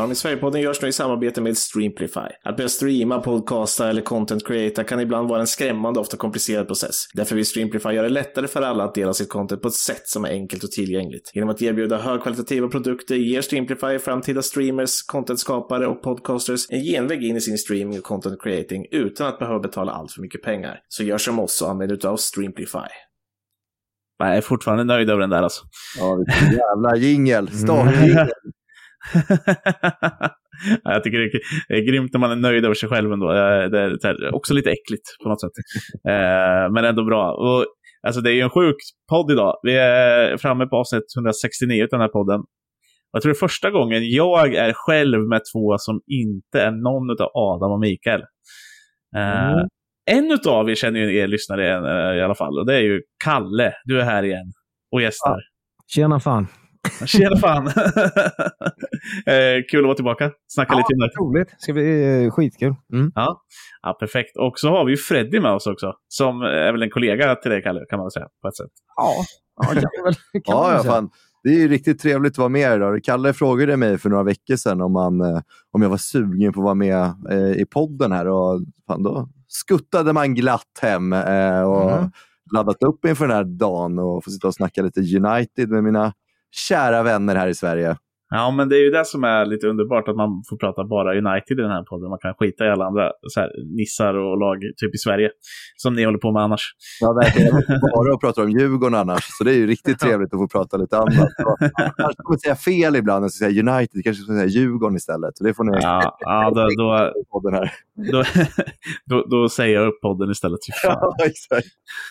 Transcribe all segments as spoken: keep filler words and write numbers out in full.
Fan i Sverigepodden görs nu i samarbete med Streamplify. Att börja streama, podcasta eller content creata kan ibland vara en skrämmande, ofta komplicerad process. Därför vill Streamplify göra det lättare för alla att dela sitt content på ett sätt som är enkelt och tillgängligt. Genom att erbjuda högkvalitativa produkter ger Streamplify framtida streamers, contentskapare och podcasters en genväg in i sin streaming och content creating utan att behöva betala allt för mycket pengar. Så gör som oss och använd utav Streamplify. Jag är fortfarande nöjd över den där alltså. Ja, vilken jävla jingel. Startjingel. Ja, jag tycker det är, det är grymt när man är nöjd över sig själv ändå. Det är, det är också lite äckligt på något sätt. Eh, men ändå bra. Och, alltså, det är ju en sjuk podd idag. Vi är framme på avsnitt etthundrasextionio av den här podden. Jag tror det är första gången jag är själv med två som inte är någon av Adam och Mikael. Eh, mm. En utav er känner ju er lyssnare i alla fall. Och det är ju Kalle. Du är här igen. Och gästar. Ja. Tjena fan. Tjena fan. eh, kul att vara tillbaka. Snacka ja, lite innan. Roligt. Ska bli eh, skitkul. Mm. Ja. Ja, perfekt. Och så har vi ju Freddy med oss också. Som är väl en kollega till dig, Kalle, kan man väl säga. På ett sätt. Ja, ja, kan väl, kan ja, ja fan. Det är ju riktigt trevligt att vara med idag. Kalle frågade mig för några veckor sedan om, man, eh, om jag var sugen på att vara med eh, i podden här. Och fan, då skuttade man glatt hem eh, och mm. laddat upp inför den här dagen och få sitta och snacka lite United med mina kära vänner här i Sverige. Ja, men det är ju det som är lite underbart, att man får prata bara United i den här podden. Man kan skita i alla andra så här, nissar och lag typ i Sverige som ni håller på med annars. Ja, verkligen. Bara att prata om Djurgården annars. Så det är ju riktigt trevligt att få prata lite annat. Kanske kommer säga fel ibland när jag säger United. Kanske ska säga Djurgården istället. Så det får ni... Ja, ja då, då, podden här. Då, då, då säger jag upp podden istället. Ja, exakt.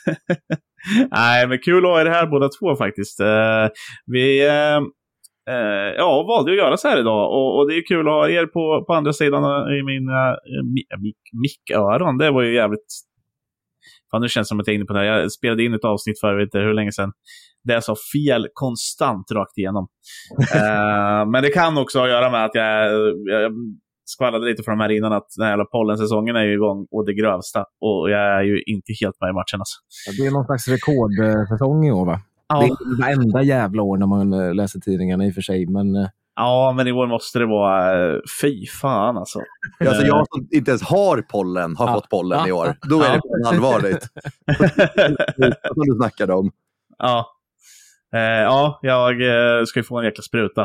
Nej, men kul att ha er här båda två faktiskt. Uh, vi... Uh, Uh, ja, valde att göra så här idag. Och, och det är kul att ha er på, på andra sidan i mina uh, mick-öron. Det var ju jävligt... Fan, nu känns det som att jag är inne på det här. Jag spelade in ett avsnitt för, vet inte hur länge sedan. Det är så fel konstant rakt igenom. uh, men det kan också ha att göra med att jag, jag skvallade lite från de här innan, att den här jävla pollensäsongen är ju igång och det grövsta. Och jag är ju inte helt med i matchen alltså. Det är någon slags rekordsäsong i år, va? Ja. Det är varenda jävla år när man läser tidningarna i och för sig, men... Ja, men i år måste det vara... Fy fan alltså. Alltså jag som inte ens har pollen har ja. fått pollen ja. i år. Då är ja. det allvarligt. Som du snackade om. Ja. Eh, ja, jag eh, ska ju få en jäkla spruta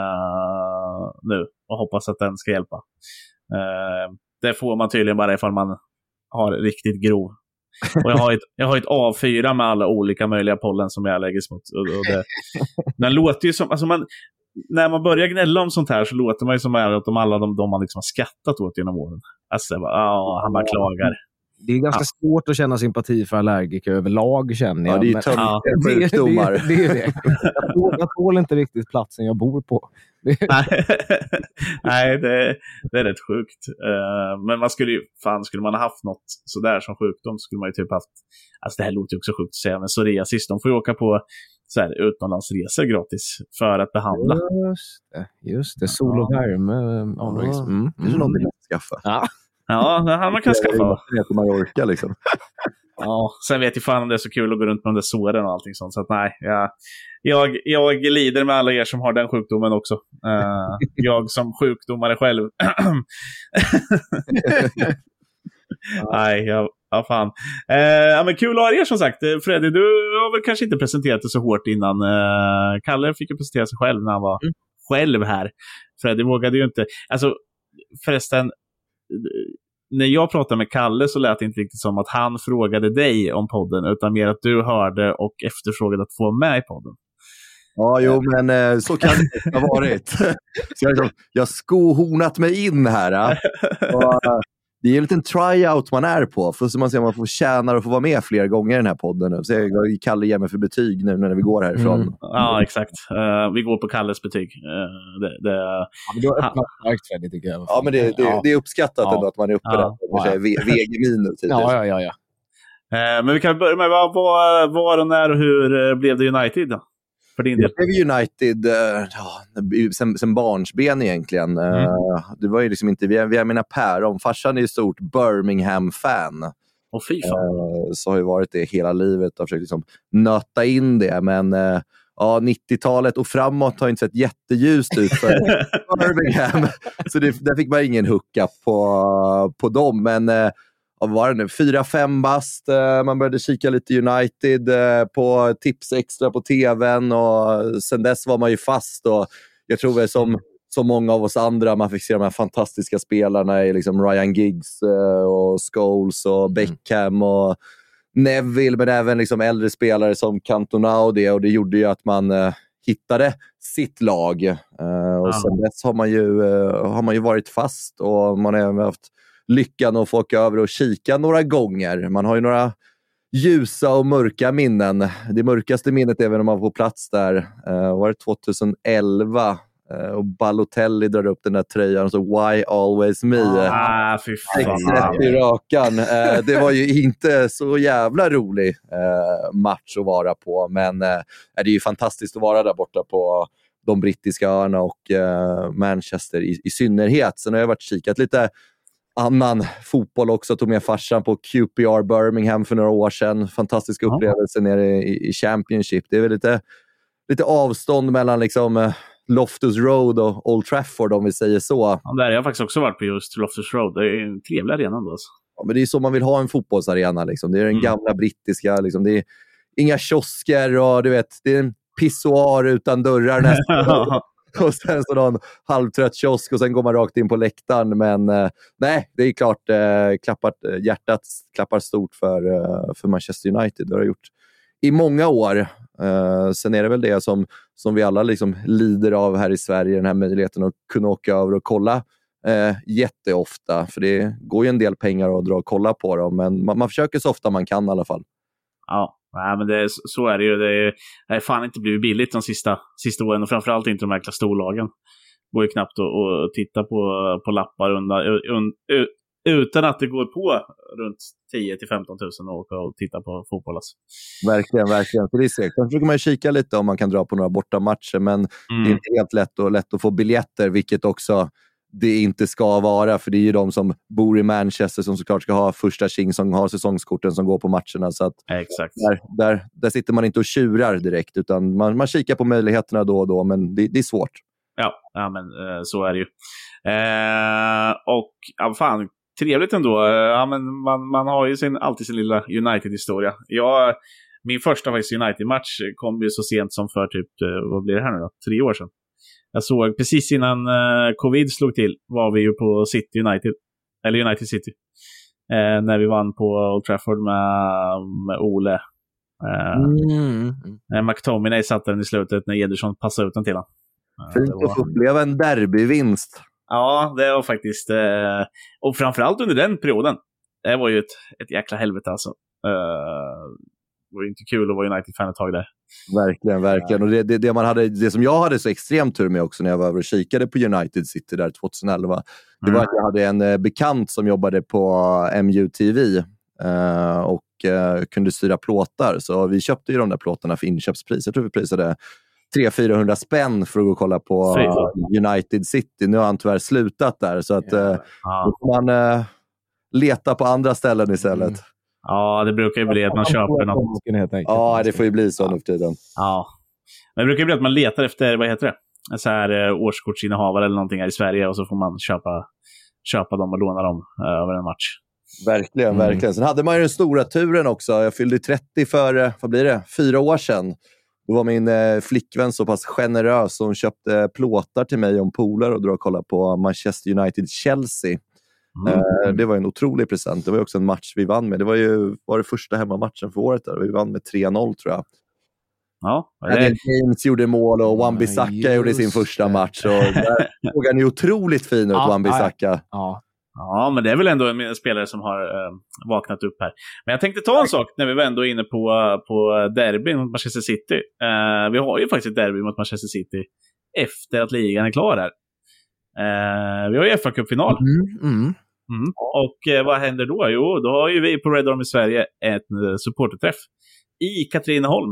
eh, nu och hoppas att den ska hjälpa. Eh, det får man tydligen bara ifall man har riktigt grov. Och jag har ett, jag har ett A fyra med alla olika möjliga pollen som jag allergisk mot. Och, och det, den låter ju som... Alltså man, när man börjar gnälla om sånt här så låter man ju som att de alla de, de man liksom har skrattat åt genom åren. Alltså, bara, ah, han bara klagar. Det är ganska ja. svårt att känna sympati för allergiker överlag, känner jag. Ja, det är ju ja. sjukdomar. Det, det, det är det. Jag tål, jag tål inte riktigt platsen jag bor på. Nej, det, det är rätt sjukt. Uh, men man skulle ju, fan, skulle man ha haft något sådär som sjukdom så skulle man ju typ haft, alltså det här låter ju också sjukt att säga, men psoriasis, de får ju åka på så här utomlandsresor gratis för att behandla. Just det, just det. Sol och värme. Ja. Ja. Mm. Det är något man kan skaffa. Ja. Ja, det här man kan skaffa. Det är på Mallorca liksom. Ja, sen vet jag fan om det är så kul att gå runt med de där såren och allting sånt. Så att nej, jag, jag, jag lider med alla er som har den sjukdomen också. Uh, jag som sjukdomare själv. Nej, jag, ja fan. Uh, ja, men kul att ha er som sagt. Freddy, du har väl kanske inte presenterat det så hårt innan. Uh, Kalle fick ju presentera sig själv när han var mm. själv här. Freddy vågade ju inte. Alltså, förresten... När jag pratade med Kalle så lät det inte riktigt som att han frågade dig om podden, utan mer att du hörde och efterfrågade att få med i podden. Ja, jo, men så kan det inte ha varit. Så jag, jag skohornat mig in här. Och, det är en liten tryout man är på. För så man ser om man får tjäna och få vara med fler gånger i den här podden. Så jag Kalle ger mig för betyg nu när vi går härifrån. Mm. Ja, exakt. Uh, vi går på Kalles betyg. Uh, det, det, ja, men du har öppnat starkt för det, tycker jag. Ja, men det, det, ja. det är uppskattat ja. ändå att man är uppe ja. där. Ja. V G minus. Ja, ja, ja. ja. Uh, men vi kan börja med vad, vad, var och när och hur blev det United då? För din del. Det blev United uh, ja, sen, sen barnsben egentligen. Mm. Uh, det var ju liksom inte, vi är, vi är mina päron. Farsan är ju stort Birmingham-fan. Och fy fan. Uh, så har ju varit det hela livet och försökt liksom nöta in det. Men uh, ja, nittiotalet och framåt har inte sett jätteljust ut för Birmingham. Så det, där fick man ingen hooka på, på dem. Men eh, vad var det nu? fyra fem bast. Eh, man började kika lite United eh, på tips extra på tvn och sen dess var man ju fast. Och jag tror väl som, som många av oss andra, man fick se de här fantastiska spelarna i liksom Ryan Giggs eh, och Scholes och Beckham och Neville, men även liksom äldre spelare som Cantona och det, och det gjorde ju att man eh, hittade sitt lag. Eh, och ja. Sen dess har man, ju, eh, har man ju varit fast och man har även haft lyckan att få åka över och kika några gånger. Man har ju några ljusa och mörka minnen. Det mörkaste minnet är väl när man var på plats där. Eh, var det tjugoelva? Eh, och Balotelli drar upp den där tröjan och så Why Always Me? Ah, fy fan. I rakan. Eh, det var ju inte så jävla rolig eh, match att vara på. Men eh, det är ju fantastiskt att vara där borta på de brittiska öarna och eh, Manchester i, i synnerhet. Sen har jag varit kikat lite annan fotboll också. Tog med farsan på Q P R Birmingham för några år sedan. Fantastiska upplevelser nere i, i Championship. Det är väl lite, lite avstånd mellan liksom Loftus Road och Old Trafford, om vi säger så. Ja, där har jag faktiskt också varit på just Loftus Road. Det är en trevlig arena ändå. Alltså. Ja, men det är så man vill ha en fotbollsarena. Liksom. Det är den mm. gamla brittiska. Liksom. Det är inga kiosker och du vet, det är en pissoar utan dörrar nästan. Och sen så någon halvtrött kiosk och sen går man rakt in på läktaren. Men eh, nej, det är klart eh, klappar, hjärtat klappar stort för, eh, för Manchester United. Det har gjort i många år. Uh, sen är det väl det som, som vi alla liksom lider av här i Sverige, den här möjligheten att kunna åka över och kolla uh, jätteofta, för det går ju en del pengar att dra och kolla på dem, men man, man försöker så ofta man kan i alla fall. Ja, nej, men det, så är det ju. Det är, det är fan inte blivit billigt de sista, sista åren, och framförallt inte de här storlagen. Det går ju knappt att, att titta på, på lappar undan, un, un, utan att det går på runt tio till femton tusen och åka och titta på fotboll. Alltså. Verkligen, verkligen. För det är säkert. Sen försöker man ju kika lite om man kan dra på några bortamatcher, men mm. det är inte helt lätt, och lätt att få biljetter, vilket också det inte ska vara, för det är ju de som bor i Manchester som såklart ska ha första tjing, som har säsongskorten, som går på matcherna. Så att exakt. Där, där, där sitter man inte och tjurar direkt, utan man, man kikar på möjligheterna då och då, men det, det är svårt. Ja, ja men eh, så är det ju. Eh, och ja, fan, trevligt ändå. Ja, men man, man har ju sin, alltid sin lilla United-historia. Jag, min första United-match kom ju så sent som för typ, vad blir det här nu då? Tre år sedan. Jag såg precis innan uh, covid slog till, var vi ju på City United. Eller United City. Eh, när vi vann på Old Trafford med, med Ole. Eh, mm. När McTominay satte den i slutet när Ederson passade ut den till honom. Eh, Fint var... att få uppleva en derbyvinst. Ja, det var faktiskt... Eh, och framförallt under den perioden. Det var ju ett, ett jäkla helvete alltså. Eh, det var ju inte kul att vara United-fan ett tag där. Verkligen, verkligen. Och det, det, det, man hade, det som jag hade så extremt tur med också när jag var över och kikade på United City där tjugoelva. Det var mm. att jag hade en eh, bekant som jobbade på M U T V eh, och eh, kunde styra plåtar. Så vi köpte ju de där plåtarna för inköpspris. Jag tror vi prisade tre hundra till fyrahundra spänn för att gå och kolla på United City. Nu har han tyvärr slutat där, så att eh, ja. Då får man eh, leta på andra ställen istället. Mm. Ja, det brukar ju bli att man köper något. Ja, det får ju bli så nu för tiden. Ja, men det brukar ju bli att man letar efter, vad heter det? En så här eh, årskortsinnehavare eller någonting här i Sverige, och så får man köpa, köpa dem och låna dem eh, över en match. Verkligen, mm. verkligen. Sen hade man ju den stora turen också. Jag fyllde trettio för, vad blir det, fyra år sedan. Då var min eh, flickvän så pass generös som köpte plåtar till mig om polare och dra och kolla på Manchester United-Chelsea. Mm. Eh, det var en otrolig present. Det var också en match vi vann med. Det var ju var det första hemmamatchen för året där. Vi vann med tre noll tror jag. Ja, det... James gjorde mål och Wan-Bissaka ja, gjorde sin första match. Och där såg han ju otroligt fin ut, ja, Wan-Bissaka. Ja. Ja, men det är väl ändå en spelare som har äh, vaknat upp här. Men jag tänkte ta en sak när vi var ändå inne på, på derby mot Manchester City. Uh, vi har ju faktiskt ett derby mot Manchester City efter att ligan är klar här. Uh, vi har ju F A-cupfinal. Mm, mm. Mm. Och uh, vad händer då? Jo, då har ju vi på Red Army i Sverige ett uh, supporterträff i Katrineholm.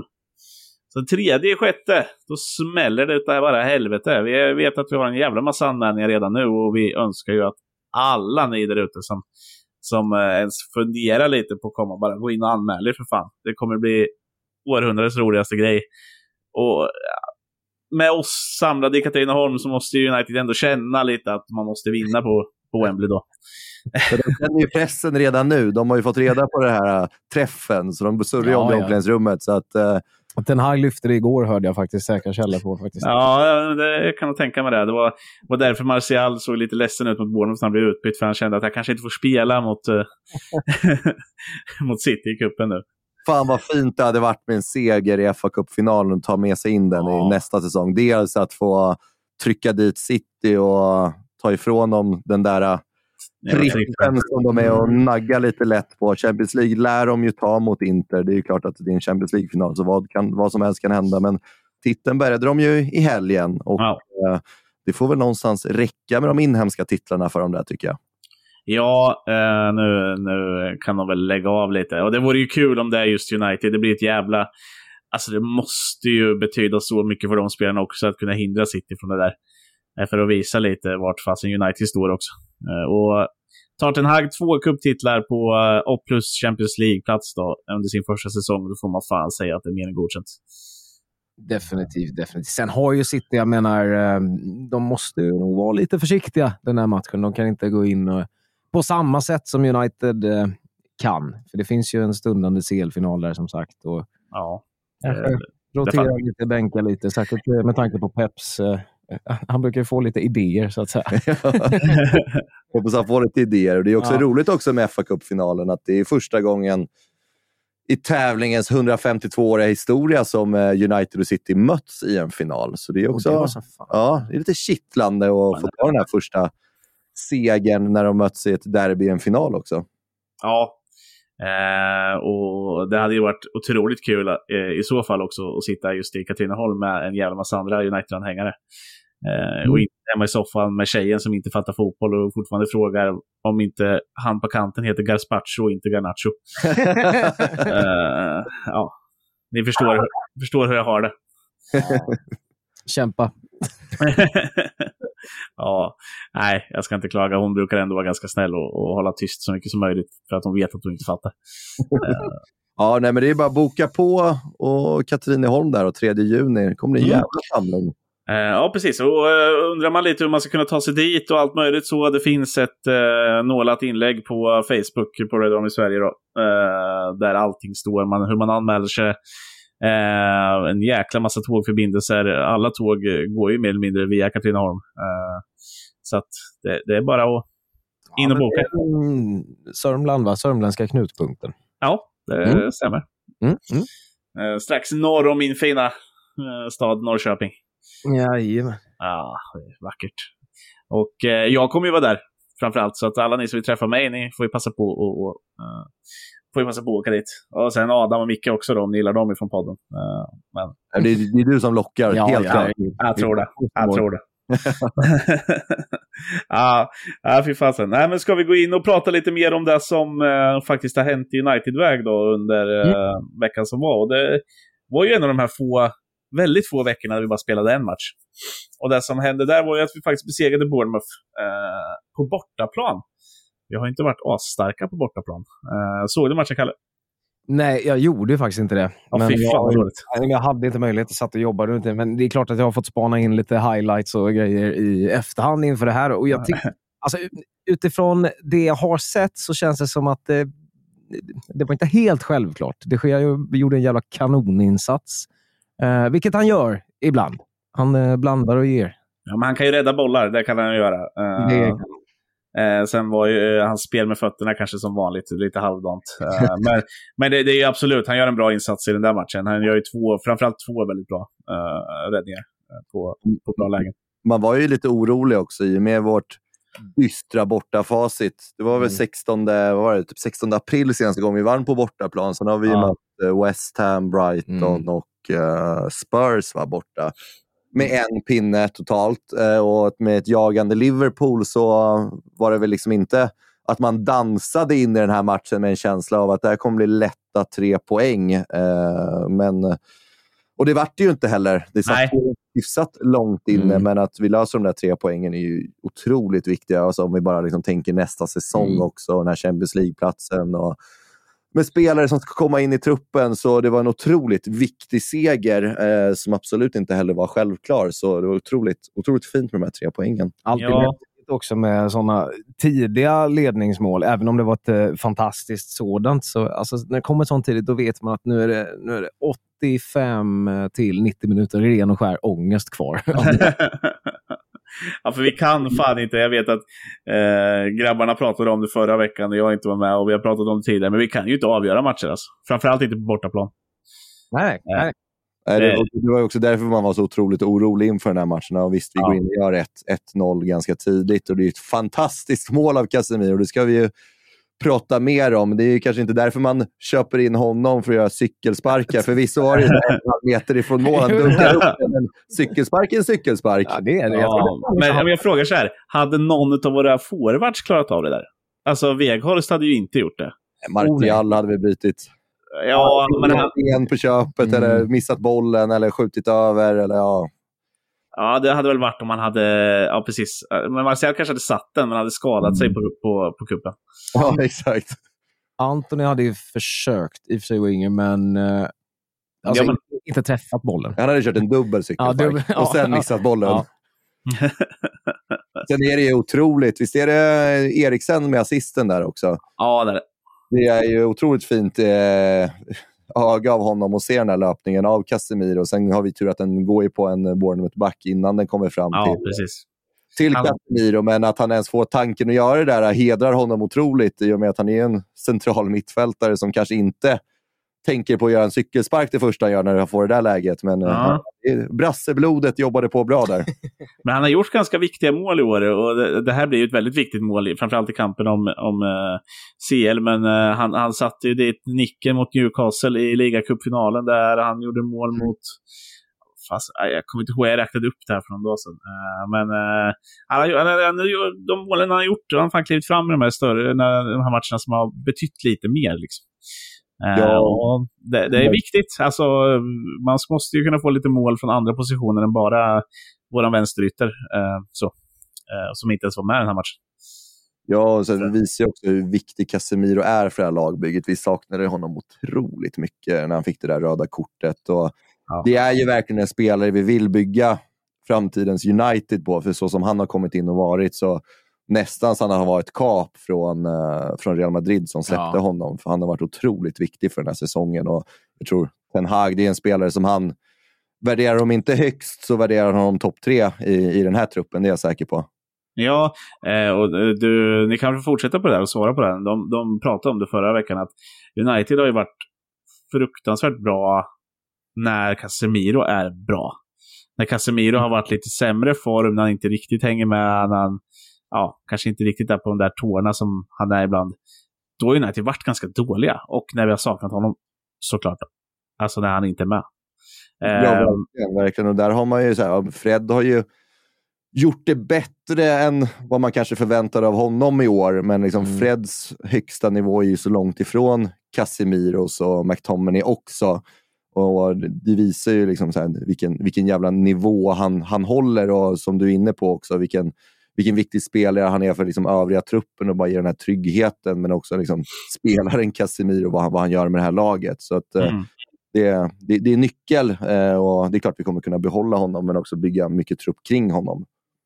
Så tredje sjätte, då smäller det där bara helvete. Vi vet att vi har en jävla massa anmälningar redan nu, och vi önskar ju att alla ni där ute som, som eh, ens funderar lite på att komma, bara gå in och anmäla för fan. Det kommer bli århundradets roligaste grej. och med oss samlade i Katrineholm så måste ju United ändå känna lite att man måste vinna på, på Wembley då. De känner ju pressen redan nu. De har ju fått reda på det här uh, träffen, så de surrar ju ja, om i ja. omklädningsrummet. Så att, uh... Den här lyfte det igår, hörde jag faktiskt säkra källor på. Faktiskt. Ja, det kan jag tänka mig det. Det var, var därför Martial såg lite ledsen ut mot Bournemouth när han blev utbytt, för han kände att jag kanske inte får spela mot, uh, mot City i cupen nu. Fan vad fint det hade varit med en seger i F A Cup-finalen och ta med sig in den ja. i nästa säsong. Dels att få trycka dit City och ta ifrån dem den där trippen som de är och nagga lite lätt på. Champions League lär de ju ta mot Inter. Det är ju klart att det är en Champions League-final, så vad, kan, vad som helst kan hända. Men titeln började de ju i helgen och ja. eh, det får väl någonstans räcka med de inhemska titlarna för dem där, tycker jag. Ja, eh, nu, nu kan de väl lägga av lite. Och det vore ju kul om det är just United. Det blir ett jävla... Alltså det måste ju betyda så mycket för de spelarna också att kunna hindra City från det där. Eh, för att visa lite vart fasen United står också. Eh, och tar Ten Hag två kupptitlar på eh, och plus Champions League-plats då under sin första säsong, då får man fan säga att det är mer än godkänt. Definitivt, definitivt. Sen har ju City, jag menar, de måste ju nog vara lite försiktiga den här matchen. De kan inte gå in och på samma sätt som United eh, kan. För det finns ju en stundande C L-final där som sagt. Och ja. Eh, rotera lite, bänka lite. Säkert med tanke på Peps. Eh, han brukar ju få lite idéer så att säga. Hoppas han får lite idéer. Och det är också ja. roligt också med F A Cup-finalen att det är första gången i tävlingens hundrafemtiotvååriga historia som United och City möts i en final. Så det är också oh, det ja, det är lite kittlande att få ta den här första segern när de möts i ett derby i en final också. Ja, eh, och det hade ju varit otroligt kul eh, i så fall också att sitta just i Katrineholm med en jävla massa andra United-anhängare. Eh, mm. Och inte hemma i soffan med tjejen som inte fattar fotboll och fortfarande frågar om inte han på kanten heter Gaspaccio och inte Garnacho. eh, ja, ni förstår, förstår hur jag har det. Kämpa. Ja, nej, jag ska inte klaga. Hon brukar ändå vara ganska snäll och, och hålla tyst så mycket som möjligt för att hon vet att hon inte fattar. Ja, nej, men det är bara att boka på och Katrineholm där och tredje juni kommer det en jävla samling. Uh, ja, precis. Och uh, undrar man lite hur man ska kunna ta sig dit och allt möjligt, så det finns ett uh, nålat inlägg på Facebook på Red Army i Sverige då, uh, där allting står, man, hur man anmäler sig. Uh, en jäkla massa tågförbindelser. Alla tåg går ju mer eller mindre via Katrineholm. Uh, så att det, det är bara att in och boka. Ja, mm, Sörmland, va? Sörmländska knutpunkten. Ja, det mm. stämmer. Mm. Mm. Uh, strax norr om min fina uh, stad Norrköping. Jajamän. Ja, det är vackert. Och eh, jag kommer ju vara där framförallt, så att alla ni som vill träffa mig, ni får ju passa på och, och uh, får ju passa på att åka dit. Och sen Adam och Micke också då, om ni gillar dem ifrån podden. Uh, men... det, är, det är du som lockar, ja, helt ja, klart. Jag, jag tror det. Jag tror det. Ja, ja, fy fasen. Nej, men ska vi gå in och prata lite mer om det som uh, faktiskt har hänt i United-väg då under uh, mm. veckan som var. Och det var ju en av de här få väldigt få veckorna när vi bara spelade en match. Och det som hände där var ju att vi faktiskt besegrade Bournemouth eh, på bortaplan. Vi har inte varit asstarka på bortaplan. Eh, såg du matchen, Kalle? Nej, jag gjorde ju faktiskt inte det. Ja, men fy fan, vad dåligt. Jag, jag hade inte möjlighet att satt och jobba inte. Men det är klart att jag har fått spana in lite highlights och grejer i efterhand inför det här. Och jag tycker, alltså, utifrån det jag har sett så känns det som att det, det var inte helt självklart. Det sker ju, vi gjorde en jävla kanoninsats. Uh, vilket han gör ibland. Han uh, blandar och ger. Ja, men han kan ju rädda bollar, det kan han göra. Uh, det uh, sen var ju uh, hans spel med fötterna kanske som vanligt lite halvdant. Uh, men men det, det är ju absolut, han gör en bra insats i den där matchen. Han gör ju två, framförallt två väldigt bra uh, räddningar uh, på, på bra lägen. Man var ju lite orolig också i med vårt dystra bortafacit. Det var väl mm. sextonde, vad var det, typ sextonde april senaste gången vi vann på bortaplan. Sen har vi ja. mött West Ham, Brighton mm. och uh, Spurs var borta. Med en pinne totalt. Uh, och med ett jagande Liverpool så var det väl liksom inte att man dansade in i den här matchen med en känsla av att det här kommer bli lätta tre poäng. Uh, men... Och det vart ju inte heller. Det satt hyfsat långt inne, mm. men att vi löser de där tre poängen är ju otroligt viktiga. Alltså om vi bara liksom tänker nästa säsong mm. också, den här Champions League-platsen. Och med spelare som ska komma in i truppen, så det var en otroligt viktig seger eh, som absolut inte heller var självklar. Så det var otroligt, otroligt fint med de här tre poängen. Alltid Ja. också med sådana tidiga ledningsmål, även om det var ett eh, fantastiskt sådant. Så, alltså, när det kommer sånt tidigt, då vet man att nu är det, nu är det åttiofem till nittio minuter ren och skär ångest kvar. Ja, för vi kan fan inte, jag vet att eh, grabbarna pratade om det förra veckan och jag inte var med, och vi har pratat om det tidigare, men vi kan ju inte avgöra matcher alltså. Framförallt inte på bortaplan. nej, nej. Nej, det, det var också därför man var så otroligt orolig inför den här matchen. Och visst, vi Ja. går in och gör ett noll ganska tidigt, och det är ett fantastiskt mål av Casemiro. Det ska vi ju prata mer om. Det är ju kanske inte därför man köper in honom för att göra cykelsparkar. För vissa var det en meter ifrån mål. Han dunkar upp en cykelspark en cykelspark. Ja, det är det. Jag Ja, tror det. men jag frågar så här, hade någon av våra forwards klarat av det där? Alltså Weghorst hade ju inte gjort det. Martial hade vi brytit. Ja, men han, en på köpet, mm. eller missat bollen, eller skjutit över, eller ja. Ja, det hade väl varit om man hade, ja precis. Men Martial kanske hade satt den, men hade skadat mm. sig på, på, på kuppen. Ja, exakt. Anthony hade ju försökt, i och för sig Winger, men, eh, alltså, ja, men inte träffat bollen. Han hade kört en dubbel cykelspark, ja, dubbel, ja, och sen missat bollen. Ja. Sen är det ju otroligt. Visst är det Eriksen med assisten där också? Ja, det är det. Det är ju otroligt fint eh, öga av honom att se den här löpningen av Casemiro. Sen har vi tur att den går ju på en Bournemouth-back innan den kommer fram ja, till, precis. till Casemiro. Men att han ens får tanken att göra det där hedrar honom otroligt, i och med att han är en central mittfältare som kanske inte tänker på att göra en cykelspark det första han gör när han får det där läget. Men ja. eh, brasseblodet jobbade på bra där. Men han har gjort ganska viktiga mål i år, och det, det här blir ju ett väldigt viktigt mål, framförallt i kampen om, om uh, C L. Men uh, han, han satte ju dit nicken mot Newcastle i ligacupfinalen, där han gjorde mål mot... Fast, jag kommer inte ihåg, jag räknade upp det här för någon dag sedan. Uh, men uh, han, han, han, de målen han har gjort, han har fan klivit fram i de här större, de här matcherna som har betytt lite mer liksom. Ja. Uh, det, det är viktigt. Alltså, man måste ju kunna få lite mål från andra positioner än bara våran vänsterytter, uh, så, uh, som inte ens var med i den här matchen. Ja, och sen visar ju också hur viktig Casemiro är för det här lagbygget. Vi saknade honom otroligt mycket när han fick det där röda kortet. Och ja. Det är ju verkligen en spelare vi vill bygga framtidens United på. För så som han har kommit in och varit, så nästan så han har varit kap från, uh, från Real Madrid som släppte ja. honom. För han har varit otroligt viktig för den här säsongen. Och jag tror Ten Hag, det är en spelare som han värderar, om inte högst, så värderar han om topp tre i, i den här truppen. Det är jag säker på. Ja, eh, och du, ni kan väl fortsätta på det där och svara på det. De, de pratade om det förra veckan, att United har ju varit fruktansvärt bra när Casemiro är bra. När Casemiro har varit lite sämre form, när han inte riktigt hänger med, när han ja, kanske inte riktigt är på de där tårna som han är ibland, då har United varit ganska dåliga. Och när vi har saknat honom, såklart. Alltså när han inte är med. Ja, verkligen, verkligen. Och där har man ju så här, Fred har ju gjort det bättre än vad man kanske förväntade av honom i år. Men liksom mm. Freds högsta nivå är ju så långt ifrån Casemiros och McTominay också. Och det visar ju liksom så här, vilken, vilken jävla nivå han, han håller. Och som du är inne på också, vilken, vilken viktig spelare han är för liksom övriga truppen och bara ger den här tryggheten. Men också liksom spelaren Casemiro, vad han, vad han gör med det här laget. Så att mm. det, det, det är nyckel. Och det är klart vi kommer kunna behålla honom, men också bygga mycket trupp kring honom.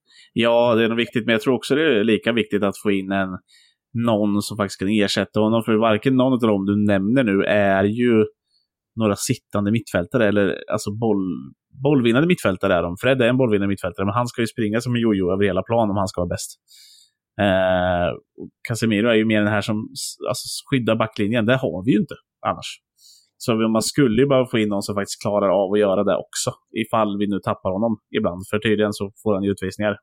Ja, det är nog viktigt, men jag tror också det är lika viktigt att få in en någon som faktiskt kan ersätta honom, för varken någon av dem du nämner nu är ju några sittande mittfältare, eller alltså boll, bollvinnande mittfältare är de. Fred är en bollvinnande mittfältare, men han ska ju springa som en jojo över hela plan om han ska vara bäst. Eh, Casemiro är ju mer den här som alltså, skyddar backlinjen. Det har vi ju inte annars. Så man skulle ju bara få in någon som faktiskt klarar av att göra det också, ifall vi nu tappar honom ibland, för tydligen så får han ju utvisningar.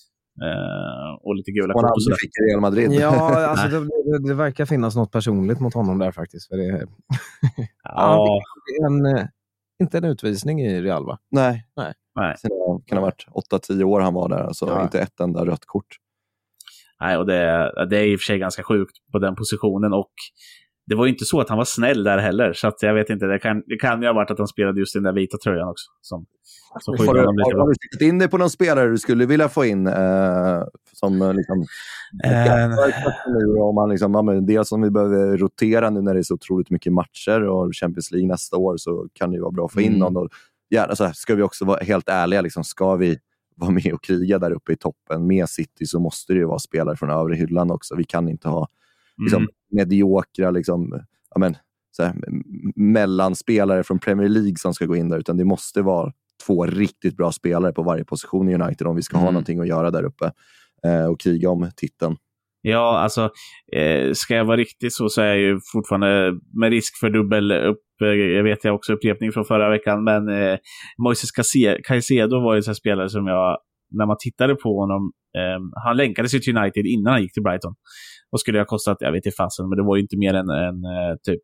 Uh, och lite gula kort och sådär. Real Madrid. Ja, alltså det, det, det verkar finnas något personligt mot honom där faktiskt. För det, ja. en, inte en utvisning i Real, va? Nej. Nej. Nej. Sen det kan ha varit åtta tio år han var där, alltså ja. Inte ett enda rött kort. Nej, och det, det är i och för sig ganska sjukt på den positionen, och det var ju inte så att han var snäll där heller, så att jag vet inte, det kan, det kan ju ha varit att han spelade just den där vita tröjan också. Som, Så har, du, har, har du tittat in dig på någon spelare du skulle vilja få in? Eh, som liksom... Uh, om man liksom, ja, men dels om vi behöver rotera nu när det är så otroligt mycket matcher och Champions League nästa år, så kan det ju vara bra att få in mm. någon. Och, ja, alltså, ska vi också vara helt ärliga, liksom, ska vi vara med och kriga där uppe i toppen med City, så måste det ju vara spelare från övre hyllan också. Vi kan inte ha liksom, mm. mediokra liksom, ja, men, så här, mellanspelare från Premier League som ska gå in där, utan det måste vara två riktigt bra spelare på varje position i United om vi ska mm. ha någonting att göra där uppe eh, och kriga om titeln. Ja, alltså eh, ska jag vara riktigt så så är jag ju fortfarande med risk för dubbel upp, eh, jag vet jag också upprepning från förra veckan, men eh, Moises Caicedo var ju en sån här spelare som jag, när man tittade på honom, eh, han länkade sig till United innan han gick till Brighton. Och skulle ha kostat, jag vet inte fasen, men det var ju inte mer än en eh, typ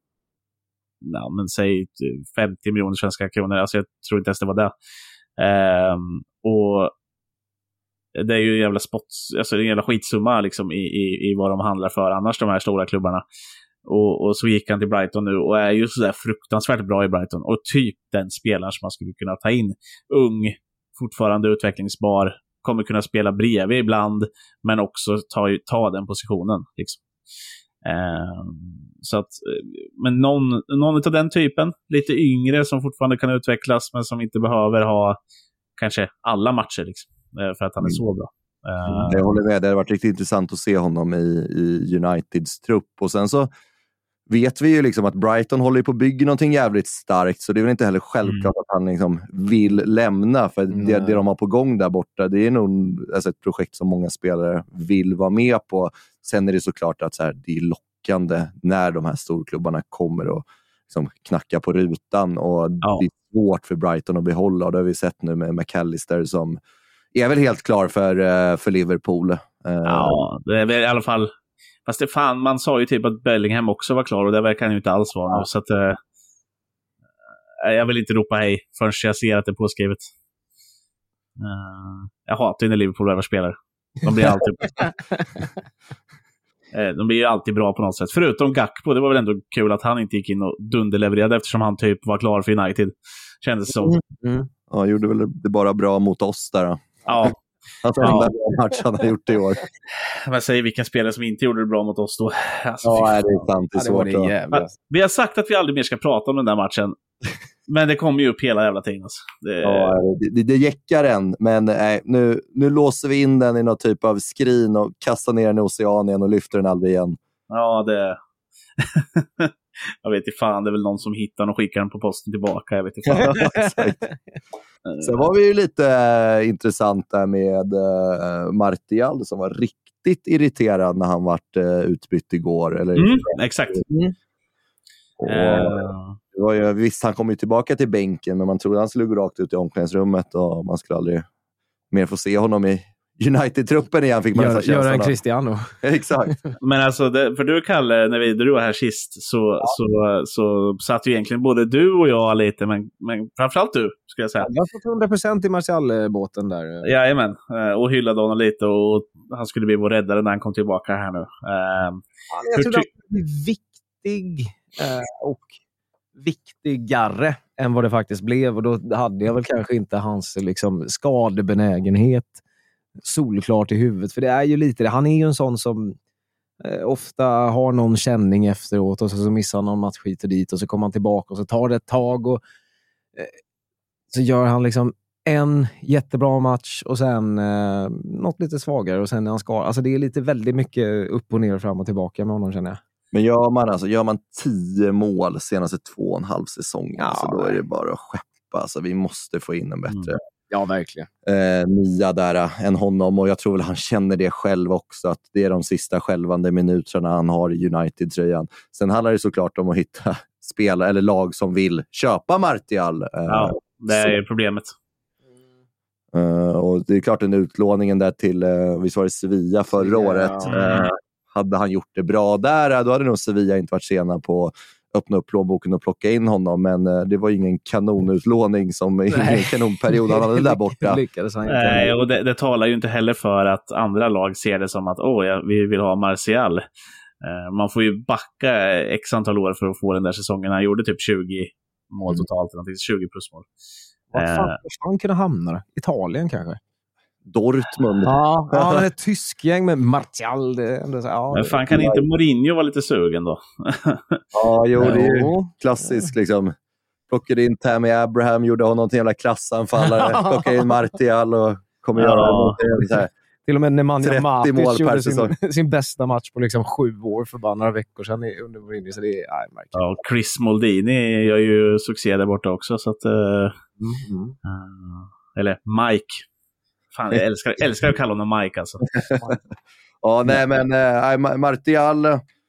ja, men säg femtio miljoner svenska kronor, alltså jag tror inte ens det var det. Eh, och det är ju en jävla spot, alltså en jävla skitsumma liksom i, i, i vad de handlar för annars, de här stora klubbarna. Och, och så gick han till Brighton nu och är ju sådär fruktansvärt bra i Brighton. Och typ den spelaren som man skulle kunna ta in. Ung, fortfarande utvecklingsbar, kommer kunna spela bredvid ibland, men också ta, ta den positionen liksom. Eh, så att, men någon, någon av den typen, lite yngre som fortfarande kan utvecklas, men som inte behöver ha kanske alla matcher liksom, för att han är så bra. Mm. Jag håller med, det har varit riktigt intressant att se honom i, i Uniteds trupp. Och sen så vet vi ju liksom att Brighton håller på att bygga någonting jävligt starkt, så det är väl inte heller självklart mm. att han liksom vill lämna, för mm. det, det de har på gång där borta, det är nog alltså ett projekt som många spelare vill vara med på. Sen är det såklart att så här, det är lockande när de här storklubbarna kommer och liksom knacka på rutan, och ja. det är svårt för Brighton att behålla, och det har vi sett nu med McAllister som är väl helt klar för, för Liverpool. Ja, det är väl i alla fall. Fast det fan, man sa ju typ att Bellingham också var klar, och det verkar han ju inte alls vara nu. Så att, äh, jag vill inte ropa hej förrän jag ser att det är påskrivet. Uh, jag hatar ju när Liverpool över spelar. De blir alltid de blir ju alltid bra på något sätt. Förutom Gakpo, det var väl ändå kul att han inte gick in och dunderlevererade, eftersom han typ var klar för United. Kändes som. Mm. Mm. Ja, gjorde väl det bara bra mot oss där då. Ja. Alltså, ja. Den match han har gjort i år. Men säg vilken spelare som inte gjorde det bra mot oss då. Alltså, ja, det är sant. Det är svårt. Ja, det vi har sagt att vi aldrig mer ska prata om den där matchen. Men det kommer ju upp hela jävla tiden. Alltså. Det... Ja, det, det jäckar en. Men nej, nu, nu låser vi in den i någon typ av skrin och kastar ner den i oceanen och lyfter den aldrig igen. Ja, det... jag vet inte fan, det är väl någon som hittar den och skickar den på posten tillbaka. Jag vet inte fan. Sen var vi ju lite äh, intressant där med äh, Martial som var riktigt irriterad när han vart äh, utbytt igår. Eller, mm, exakt. Mm. Och, uh... det var ju, visst, han kom ju tillbaka till bänken, men man trodde han skulle gå rakt ut i omklädningsrummet och man skulle aldrig mer få se honom i United-truppen igen, fick man Gör, göra en Cristiano. Exakt. Men alltså, det, för du Kalle, när vi, du var här sist så, ja. så, så satt ju egentligen både du och jag lite, men, men framförallt du, ska jag säga. Jag har fått hundra procent i Martial-båten där. Jajamän, och hyllade honom lite, och han skulle bli vår räddare när han kom tillbaka här nu. Um, ja, jag tror ty- att det är viktig uh, och viktigare än vad det faktiskt blev, och då hade jag väl kanske inte hans liksom, skadebenägenhet solklart i huvudet, för det är ju lite det. Han är ju en sån som eh, ofta har någon känning efteråt, och så, så missar han någon match hit och dit, och så kommer han tillbaka och så tar det ett tag, och eh, så gör han liksom en jättebra match och sen eh, något lite svagare, och sen är han skadad. Alltså det är lite väldigt mycket upp och ner och fram och tillbaka med honom, känner jag. Men gör man, alltså, gör man tio mål senaste två och en halv säsong, ja, så då är det bara att skeppa. Alltså, vi måste få in en bättre mm. ja, verkligen. Eh, nia där äh, än honom, och jag tror väl han känner det själv också, att det är de sista skälvande minuterna han har i United-tröjan. Sen handlar det såklart om att hitta spelare eller lag som vill köpa Martial. Eh, ja, det är så. Problemet. Eh, och det är klart, den utlåningen där till, eh, visst var det Sevilla förra yeah. året, eh, hade han gjort det bra där, då hade nog Sevilla inte varit sena på öppna upp plånboken och plocka in honom, men uh, det var ingen kanonutlåning som ingen kanonperiod han hade där borta. Nej, och det, det talar ju inte heller för att andra lag ser det som att åh, ja, vi vill ha Martial. Uh, man får ju backa x antal år för att få den där säsongen. Han gjorde typ tjugo mål totalt, mm. tjugo plus mål. Vad fan, uh, fan kunde hamna där? Italien kanske? Dortmund. Ja, ja men ett tysk gäng med Martial. Det är ändå så, ja, men fan, kan inte Mourinho vara lite sugen då? Ja, jo, det är ju klassiskt liksom. Plockade in Tammy Abraham, gjorde honom till en jävla klassanfallare. Plockade in Martial och kommer ja. göra det så här. Till och med Nemanja Matic gjorde sin, sin bästa match på liksom sju år för bara några veckor sedan under Mourinho. Så det är, nej, märkligt. Ja, Chris Moldini gör ju succé där borta också. Så att, uh, mm-hmm. uh, eller Mike. Fan, jag älskar, älskar att kalla honom Mike alltså. Ja, nej men äh, Martial,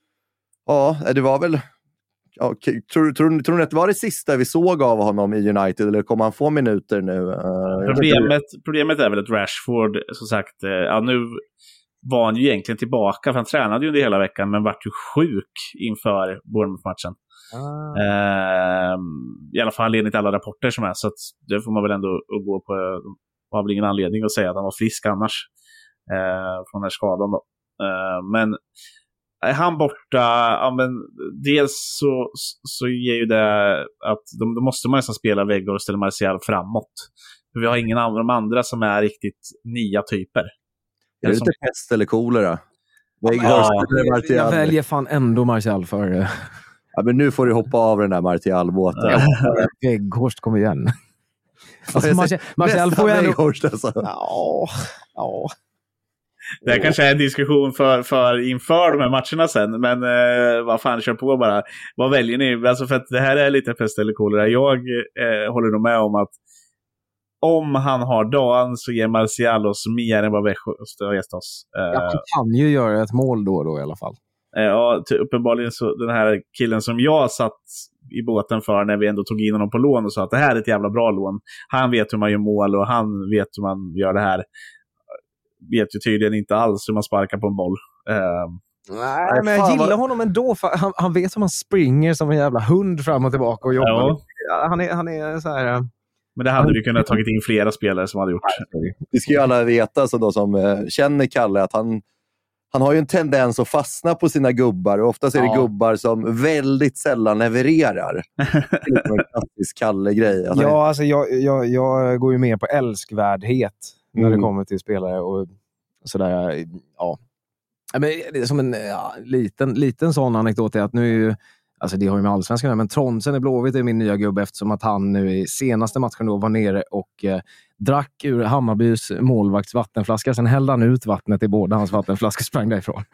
ja, det var väl, ja, tror, tror, tror ni att det var det sista vi såg av honom i United, eller kommer han få minuter nu? Uh, problemet, problemet är väl att Rashford, som sagt, ja, nu var han ju egentligen tillbaka, för han tränade ju under hela veckan, men vart ju sjuk inför Bournemouth-matchen. Ah. Uh, I alla fall enligt alla rapporter som är, så att det får man väl ändå gå på. Och har väl ingen anledning att säga att han var frisk annars eh, från den här skadan då. Eh, men är han borta, ja, men dels så, så ger ju det att då, då måste man nästan spela Weghorst eller Martial framåt. För vi har ingen av de andra som är riktigt nya typer. Är det som... lite pest eller kolera? Weghorst ja, eller Martial? Jag väljer fan ändå Martial för det. Ja, men nu får du hoppa av den där Martial-båten. Ja. Weghorst kommer igen. Alltså, Martial, Martial får jag ändå... Alltså. Ja, ja. Det här kanske är en diskussion för, för inför de här matcherna sen. Men eh, vad fan, kör på bara. Vad väljer ni? Alltså, för att det här är lite pest eller kolera. Jag eh, håller nog med om att om han har dagen så ger Martial oss mer än vad Weghorst har gett oss. Eh, ja, han kan ju göra ett mål då och då i alla fall. Eh, ja, t- uppenbarligen så den här killen som jag satt i båten för när vi ändå tog in honom på lån och sa att det här är ett jävla bra lån. Han vet hur man gör mål och han vet hur man gör det här. Vet ju tydligen inte alls hur man sparkar på en boll. Uh, Nej, men jag gillar vad... honom ändå. För han, han vet hur man springer som en jävla hund fram och tillbaka och jobbar. Ja. Han, är, han är så här... Men det hade han... du kunnat tagit in flera spelare som hade gjort. Vi ska ju alla veta, så då, som uh, känner Kalle, att han Han har ju en tendens att fastna på sina gubbar. Och oftast är det ja. gubbar som väldigt sällan levererar. Det är en klassisk Kalle-grej. Alltså, ja, alltså jag, jag, jag går ju med på älskvärdhet när mm. det kommer till spelare och sådär. Ja. Men det är som en ja, liten, liten sån anekdot är att nu är ju, alltså det har ju med allsvenskan, men Trondsen i Blåvitt är min nya gubbe eftersom att han nu i senaste matchen då var nere och eh, drack ur Hammarbys målvakts vattenflaska. Sen hällde han ut vattnet i båda hans vattenflaskor, sprang därifrån.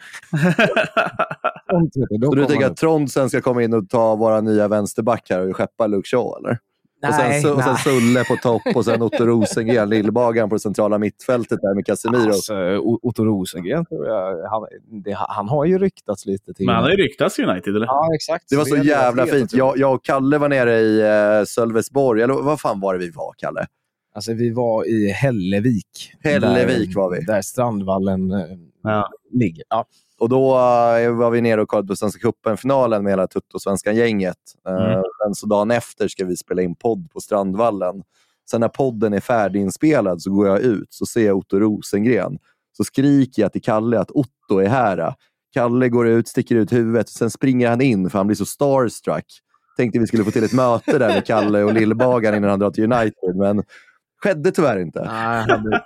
Så du tycker att Trondsen ska komma in och ta våra nya vänsterback här och skeppa Luke Shaw, eller? Nej, och, sen, och sen Sulle på topp och sen Otto Rosengren, Lillbagan på det centrala mittfältet där med Casemiro. Alltså, Otto Rosengren, tror jag, han, det, han har ju ryktats lite till. Men han har ju ryktats i United, eller? Ja, exakt. Det var så, så jävla fint. Jag, jag och Kalle var nere i uh, Sölvesborg, eller vad fan var det vi var, Kalle? Alltså vi var i Hällevik. Hällevik där, var vi. Där Strandvallen uh, ja. ligger. Ja. Och då uh, var vi nere och kollade på Svenska cupen-finalen med hela Tutto-Svenskan-gänget. Uh, mm. Sen så dagen efter ska vi spela in podd på Strandvallen. Sen när podden är färdiginspelad så går jag ut, så ser jag Otto Rosengren. Så skriker jag till Kalle att Otto är här. Kalle går ut, sticker ut huvudet och sen springer han in för han blir så starstruck. Tänkte vi skulle få till ett möte där med Kalle och Lillbagan innan han drar till United, men skedde tyvärr inte. Nej, hade...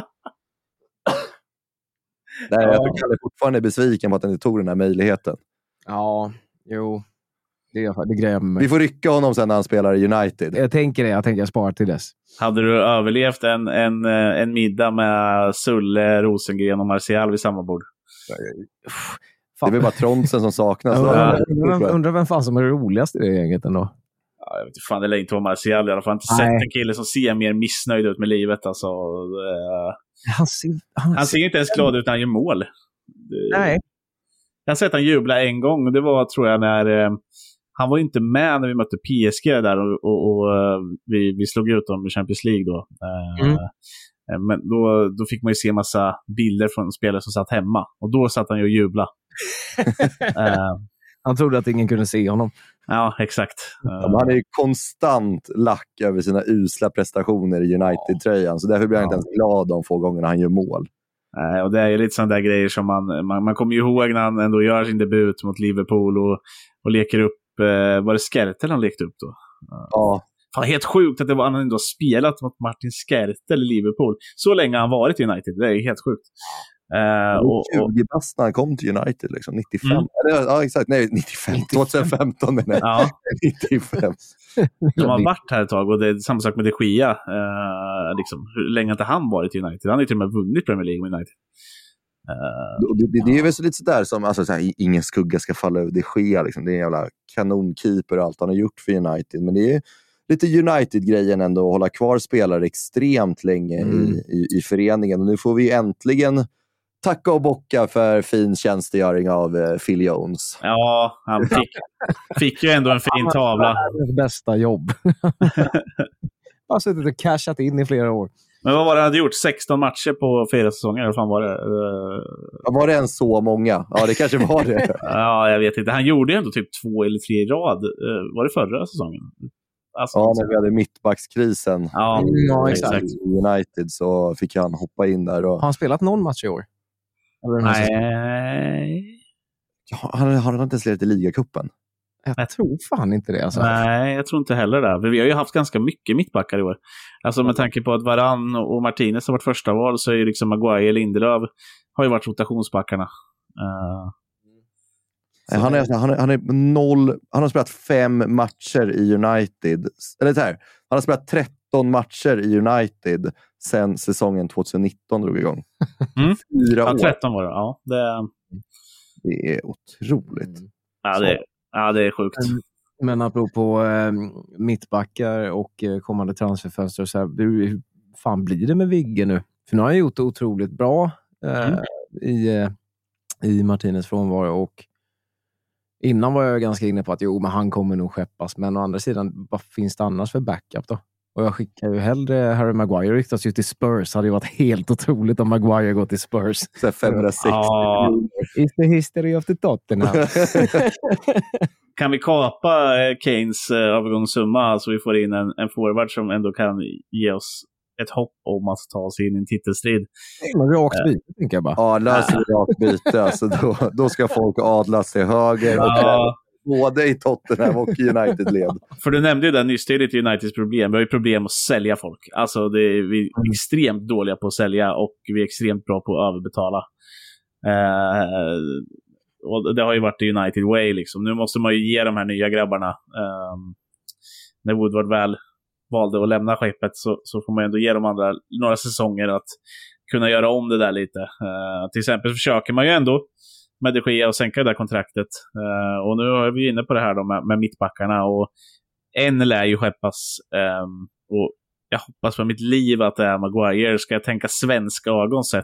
Nej, jag tror Kalle fortfarande är besviken på att han inte tog den här möjligheten. Ja, jo. Det, det grejer med. Vi får rycka honom sen när han spelar i United. Jag tänker det, jag tänker jag sparar till dess. Hade du överlevt en, en, en middag med Sulle, Rosengren och Martial vid samma bord? Fan. Det är väl bara Trondsen som saknas. Ja, undrar, undrar vem fan som är roligast i det gänget ändå. Ja, jag vet inte, fan, det lär inte vara Martial i alla fall. Jag har inte Nej. sett en kille som ser mer missnöjd ut med livet. Alltså, uh, han, ser, han, han ser inte ens glad ut när han gör mål. Nej. Jag har sett han jubla en gång. Det var, tror jag, när uh, han var inte med när vi mötte P S G där och, och, och uh, vi, vi slog ut dem i Champions League då. Uh, mm. uh, men då, då fick man ju se massa bilder från spelare som satt hemma. Och då satt han ju och jubla. uh, Han trodde att ingen kunde se honom. Ja, exakt. Ja, han är ju konstant lack över sina usla prestationer i United-tröjan. Så därför blir han ja. inte ens glad de få gångerna han gör mål. Nej, och det är ju lite sådana där grejer som man, man, man kommer ju ihåg när han ändå gör sin debut mot Liverpool och, och leker upp, eh, var det Skertel han lekte upp då? Ja. Fan, helt sjukt att det var, han ändå spelat mot Martin Skertel i Liverpool. Så länge han varit i United, det är helt sjukt. Uh, och, och, tjugo bast när han kom till United, liksom, nittiofem. Mm. Eller, ja, exakt. Nej, nittiofem. tjugohundrafemton, men nej. Ja. nittiofem. De har varit här ett tag, och det är samma sak med De Gea. Uh, liksom, hur länge har inte han varit i United? Han har ju till och med vunnit Premier League med United. Uh, det, det, det är väl så lite sådär som, alltså, så här, ingen skugga ska falla över De Gea. Liksom. Det är en jävla kanonkeeper och allt han har gjort för United. Men det är lite United-grejen ändå att hålla kvar spelare extremt länge mm. i, i, i föreningen. Och nu får vi äntligen tacka och bocka för fin tjänstgöring av uh, Phil Jones. Ja, han fick, fick ju ändå en fin tavla. Det bästa jobb. Han har suttit och cashat in i flera år. Men vad var det han hade gjort? sexton matcher på fyra säsonger? Eller fan var det? Uh... Ja, var det än så många? Ja, det kanske var det. Ja, jag vet inte. Han gjorde ju ändå typ två eller tre i rad. Uh, var det förra säsongen? Alltså, ja, när vi hade mittbackskrisen ja, i, ja, exakt. i United så fick han hoppa in där. Och... Har han spelat någon match i år? Nej. Ja, han har han inte ens ledat i ligacupen? Jag tror fan inte det. Alltså. Nej, jag tror inte heller det. Vi har ju haft ganska mycket mittbackar i år. Alltså med tanke på att Varan och Martinez har varit första val, så är ju liksom Maguire och Lindelöf har ju varit rotationsbackarna. Uh, han, är, han, är, han, är noll, han har spelat fem matcher i United. Eller så här, han har spelat tretton matcher i United sen säsongen tjugonitton drog igång. Mm. Fyra ja, år. tretton var det. Ja, det... det är otroligt. Mm. Ja, det, ja, det är sjukt. Men apropå eh, mittbackar och eh, kommande transferfönster, så här, hur, hur fan blir det med Vigge nu? För nu har han gjort det otroligt bra eh, mm. i, eh, i Martinez frånvaro, och innan var jag ganska inne på att jo, men han kommer nog skeppas, men å andra sidan, vad finns det annars för backup då? Och jag skickar ju hellre Harry Maguire riktas ju till Spurs. Hade ju varit helt otroligt om Maguire gått till Spurs. Så femhundrasextio ja. Is the history of the Tottenham. Kan vi kapa Kanes övergångssumma så vi får in en, en forward som ändå kan ge oss ett hopp om att ta sig in i en titelstrid? Men rakt byte, tänker jag bara. Ja, löser vi rakt byte. Alltså då, då ska folk adlas till höger och ja. Både i Tottenham och United-led. För du nämnde ju den nyss, det är lite Uniteds problem. Vi har ju problem att sälja folk. Alltså det är, vi är extremt dåliga på att sälja, och vi är extremt bra på att överbetala. Eh, och det har ju varit the United way liksom. Nu måste man ju ge de här nya grabbarna. Eh, när Woodward väl valde att lämna skeppet, så, så får man ändå ge de andra några säsonger att kunna göra om det där lite. Eh, till exempel försöker man ju ändå med De Gea och sänka det där kontraktet. Uh, och nu är vi inne på det här då med, med mittbackarna, och en lär ju skeppas. Um, och jag hoppas för mitt liv att det är Maguire. Ska jag tänka svenska ögon sett,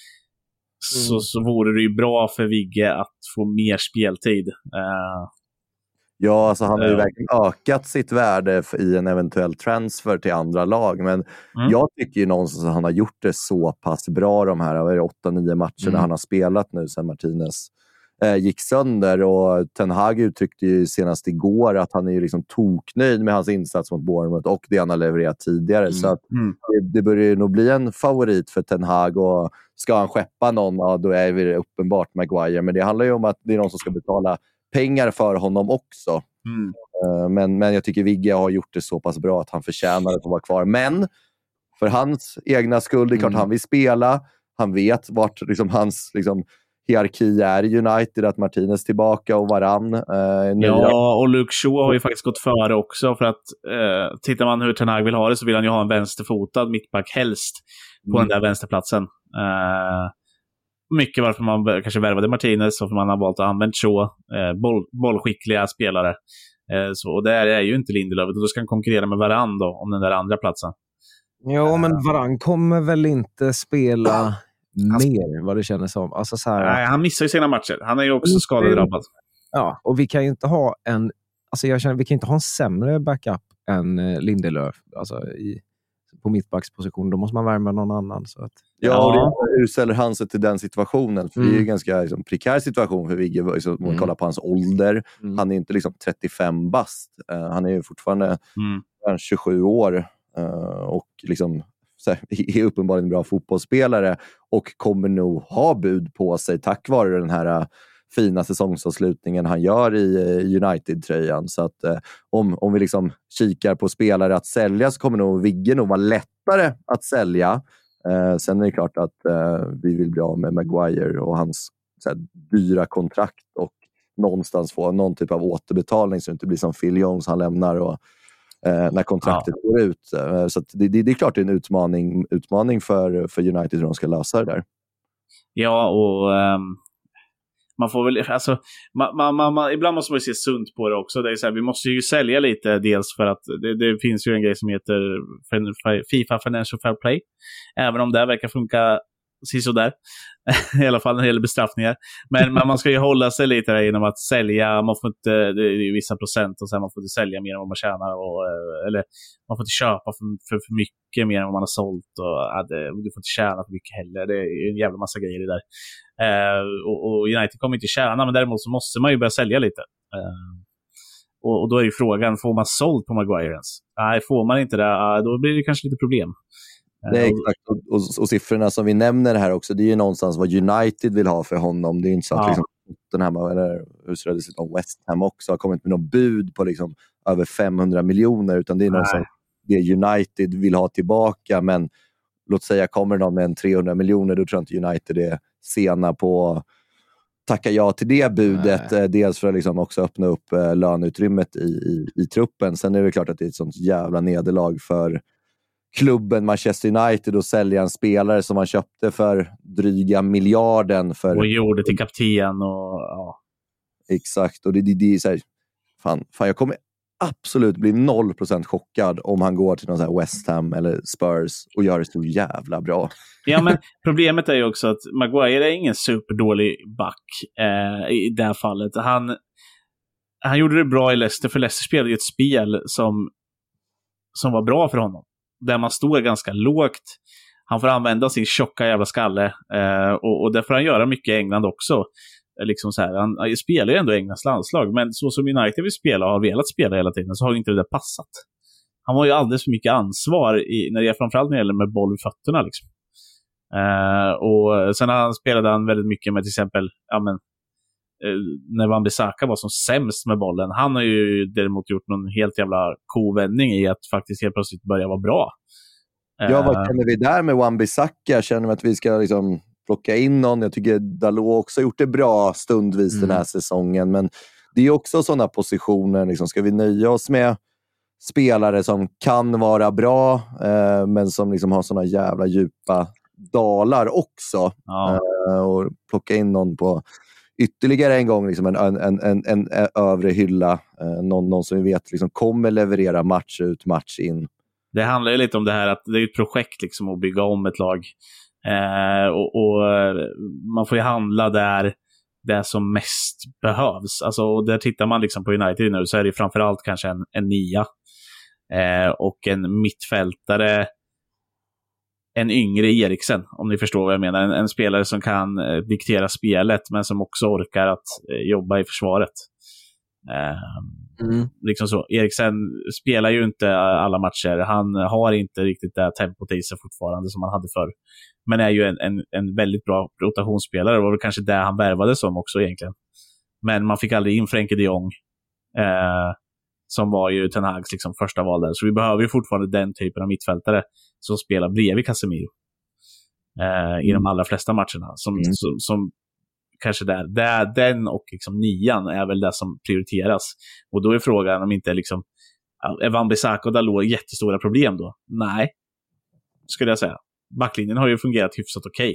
mm. så, så vore det ju bra för Vigge att få mer speltid. Uh, ja, alltså han har ju uh, verkligen ökat sitt värde i en eventuell transfer till andra lag. Men mm. jag tycker ju någonstans att han har gjort det så pass bra de här åtta nio matcherna mm. han har spelat nu sen Martinez eh, gick sönder. Och Ten Hag uttryckte ju senast igår att han är ju liksom toknöjd med hans insats mot Bournemouth och det han har levererat tidigare. Mm. Så att mm. det, det börjar ju nog bli en favorit för Ten Hag, och ska han skeppa någon, ja, då är det uppenbart Maguire. Men det handlar ju om att det är någon som ska betala pengar för honom också. Mm. Uh, men, men jag tycker Vigge har gjort det så pass bra att han förtjänar att vara kvar. Men för hans egna skull, det är klart mm. han vill spela. Han vet vart liksom, hans liksom, hierarki är i United, att Martinez tillbaka och Varann. Uh, ja, och Luke Shaw har ju faktiskt gått före också, för att uh, tittar man hur Ten Hag vill ha det, så vill han ju ha en vänsterfotad mittback helst på mm. den där vänsterplatsen. Uh, mycket varför man kanske värvade Martinez, och för man har valt att använda så eh, boll, bollskickliga spelare. Eh, så, och där är ju inte Lindelöf, och då ska han konkurrera med Varann då, om den där andra platsen. Ja, men Varann kommer väl inte spela han... mer, vad det känns som. Alltså, så här... Nej, han missar ju sina matcher. Han är ju också skadedrabbad. Ja, och vi kan ju inte ha en alltså jag känner, vi kan inte ha en sämre backup än Lindelöf, alltså i på mittbacksposition, då måste man värma någon annan. Så att, ja, ja. Och det, hur ställer han sig till den situationen? För mm. det är ju en ganska liksom, prekär situation för Vigge, liksom, om man mm. kollar på hans ålder. Mm. Han är inte liksom trettiofem bast. Uh, han är ju fortfarande mm. tjugosju år uh, och liksom så här, är uppenbarligen en bra fotbollsspelare och kommer nog ha bud på sig tack vare den här uh, fina säsongsavslutningen han gör i United-tröjan. Så att eh, om, om vi liksom kikar på spelare att sälja så kommer nog Vigge nog vara lättare att sälja. Eh, sen är det klart att eh, vi vill bli av med Maguire och hans så här, dyra kontrakt och någonstans få någon typ av återbetalning så det inte blir som Phil Jones han lämnar och eh, när kontraktet ja. går ut. Eh, så att det, det, det är klart det är en utmaning, utmaning för, för United hur de ska lösa det där. Ja, och um, man får väl, alltså, man, man, man, ibland måste man ju se sunt på det också. Det är så här, vi måste ju sälja lite, dels för att det, det finns ju en grej som heter FIFA Financial Fair Play. Även om det verkar funka sådär. I alla fall när det gäller bestraffningar. Men, men man ska ju hålla sig lite där genom att sälja. Man får inte, det är vissa procent och sen man får inte sälja mer än vad man tjänar. Och, eller man får inte köpa för, för, för mycket mer än vad man har sålt. Och, ja, det, du får inte tjäna för mycket heller. Det är en jävla massa grejer i det där. Eh, och, och United kommer inte tjäna, men däremot så måste man ju börja sälja lite. Eh, och, och då är ju frågan, får man sålt på Maguire ens? Nej, får man inte det, då blir det kanske lite problem. Det är exakt, och, och, och siffrorna som vi nämner här också, det är ju någonstans vad United vill ha för honom. Det är inte så att ja. liksom, den här, eller hur ser det ut om West Ham också har kommit med något bud på liksom över femhundra miljoner, utan det är någonstans det United vill ha tillbaka. Men låt säga kommer någon med en trehundra miljoner, då tror jag inte United är sena på tacka ja till det budet. Nej. Dels för att liksom också öppna upp eh, löneutrymmet i, i, i truppen. Sen är det klart att det är ett sånt jävla nederlag för klubben Manchester United och sälja en spelare som man köpte för dryga miljarden. För... Och gjorde till kapten och ja. Exakt, och det, det, det är så här, fan, fan, jag kommer absolut bli noll procent chockad om han går till någon så här West Ham eller Spurs och gör det så jävla bra. Ja, men problemet är ju också att Maguire är ingen superdålig back eh, i det här fallet. Han, han gjorde det bra i Leicester, för Leicester spelade ju ett spel som, som var bra för honom. Där man står ganska lågt. Han får använda sin tjocka jävla skalle. Eh, och, och det får han göra mycket i England också. Liksom så här, han, han spelar ju ändå Englands landslag. Men så som United vill spela och har velat spela hela tiden, så har inte det där passat. Han har ju alldeles för mycket ansvar i, när det är, framförallt när det gäller med boll i fötterna. Liksom. Eh, och sen han spelade han väldigt mycket med till exempel ja, men, eh, när Wan-Bissaka var som sämst med bollen. Han har ju däremot gjort någon helt jävla kovändning i att faktiskt helt plötsligt börja vara bra. Eh, ja, vad känner vi där med Wan-Bissaka? Känner vi att vi ska liksom plocka in någon? Jag tycker Dalot också har gjort det bra stundvis mm. den här säsongen. Men det är också sådana positioner. Liksom, ska vi nöja oss med spelare som kan vara bra eh, men som liksom har sådana jävla djupa dalar också. Ja. Eh, och plocka in någon på ytterligare en gång liksom en, en, en, en, en övre hylla. Eh, någon, någon som vi vet liksom kommer leverera match ut, match in. Det handlar ju lite om det här att det är ett projekt liksom att bygga om ett lag. Eh, och, och man får ju handla där det som mest behövs. Alltså, och där tittar man liksom på United nu, så är det framförallt kanske en, en nia eh, och en mittfältare, en yngre Eriksen, om ni förstår vad jag menar. En, en spelare som kan eh, diktera spelet men som också orkar att eh, jobba i försvaret. Eh, mm. Liksom så. Eriksen spelar ju inte alla matcher. Han har inte riktigt det tempot i sig fortfarande som han hade förr. Men är ju en, en, en väldigt bra rotationsspelare. Det var väl kanske det han värvade som också egentligen. Men man fick aldrig in Frenkie de Jong. Eh, som var ju Ten Hags liksom första val där. Så vi behöver ju fortfarande den typen av mittfältare som spelar bredvid Casemiro. Eh, mm. I de allra flesta matcherna. Som, mm. som, som kanske där, där. Den och liksom nian är väl det som prioriteras. Och då är frågan om inte liksom är Wan-Bissaka och Dalot jättestora problem då? Nej, skulle jag säga. Backlinjen har ju fungerat hyfsat okej.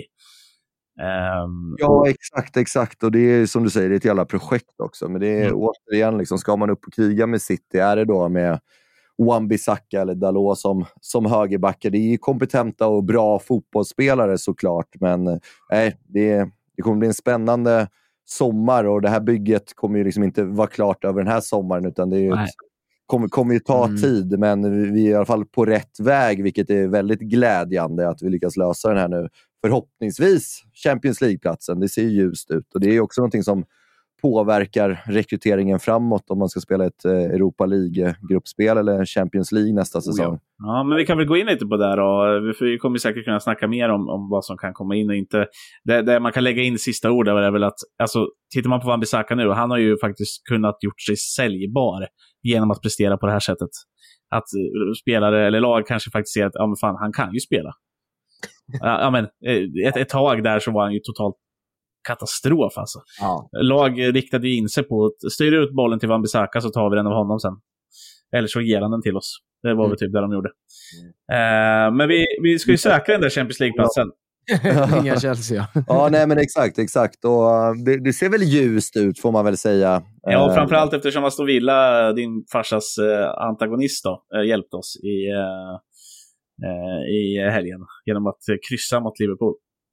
Um, ja, exakt, exakt. Och det är som du säger, det är ett jävla projekt också. Men det är mm. återigen, liksom, ska man upp och kriga med City, är det då med Wan-Bissaka eller Dalot som, som högerbackar? Det är ju kompetenta och bra fotbollsspelare såklart. Men nej, det, det kommer bli en spännande sommar. Och det här bygget kommer ju liksom inte vara klart över den här sommaren, utan det är ju ett, kommer, kommer ju ta mm. tid. Men vi är i alla fall på rätt väg, vilket är väldigt glädjande att vi lyckas lösa den här nu. Förhoppningsvis Champions League-platsen. Det ser ljust ut. Och det är också någonting som påverkar rekryteringen framåt om man ska spela ett Europa League-gruppspel eller Champions League nästa säsong. Oh, ja. ja, men vi kan väl gå in lite på det då. Vi kommer säkert kunna snacka mer om, om vad som kan komma in och inte. Det, det man kan lägga in sista ord är väl att, alltså, tittar man på Wan-Bissaka nu, han har ju faktiskt kunnat gjort sig säljbar genom att prestera på det här sättet. Att spelare eller lag kanske faktiskt ser att ja, men fan, han kan ju spela. ja, men, ett, ett tag där så var han ju totalt katastrof alltså. Ja. Lag riktade in sig på att styra ut bollen till Wan-Bissaka så tar vi den av honom sen. Eller så ger han den till oss. Det var mm. väl typ det de gjorde. Mm. Uh, men vi, vi ska ju säkra den där Champions League-platsen. Inga Chelsea. Ja, nej men exakt, exakt. Och det, det ser väl ljust ut får man väl säga. Ja, och framförallt eftersom Aston Villa, din farsas uh, antagonist då, uh, hjälpte oss i, uh, uh, i helgen genom att uh, kryssa mot Liverpool.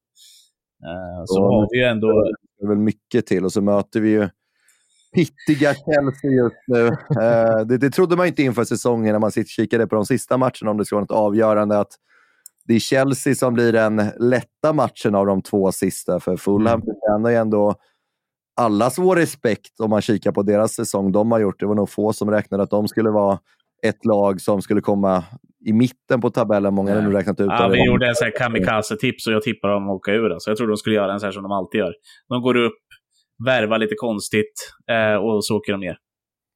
Uh, så och har vi ju ändå... Det är väl mycket till och så möter vi ju pittiga Chelsea just nu. Uh, det, det trodde man inte inför säsongen när man sitter kikade på de sista matcherna om det ska vara något avgörande att det är Chelsea som blir den lätta matchen av de två sista för Fulham förtjänar ju ändå allas vår respekt om man kikar på deras säsong de har gjort. Det var nog få som räknade att de skulle vara ett lag som skulle komma i mitten på tabellen. Många har nu räknat ut. Ja, vi gjorde en sån här kamikaze-tips och jag tippar dem att åka ur. Så jag tror de skulle göra en sån här som de alltid gör. De går upp, värvar lite konstigt eh, och så åker de ner.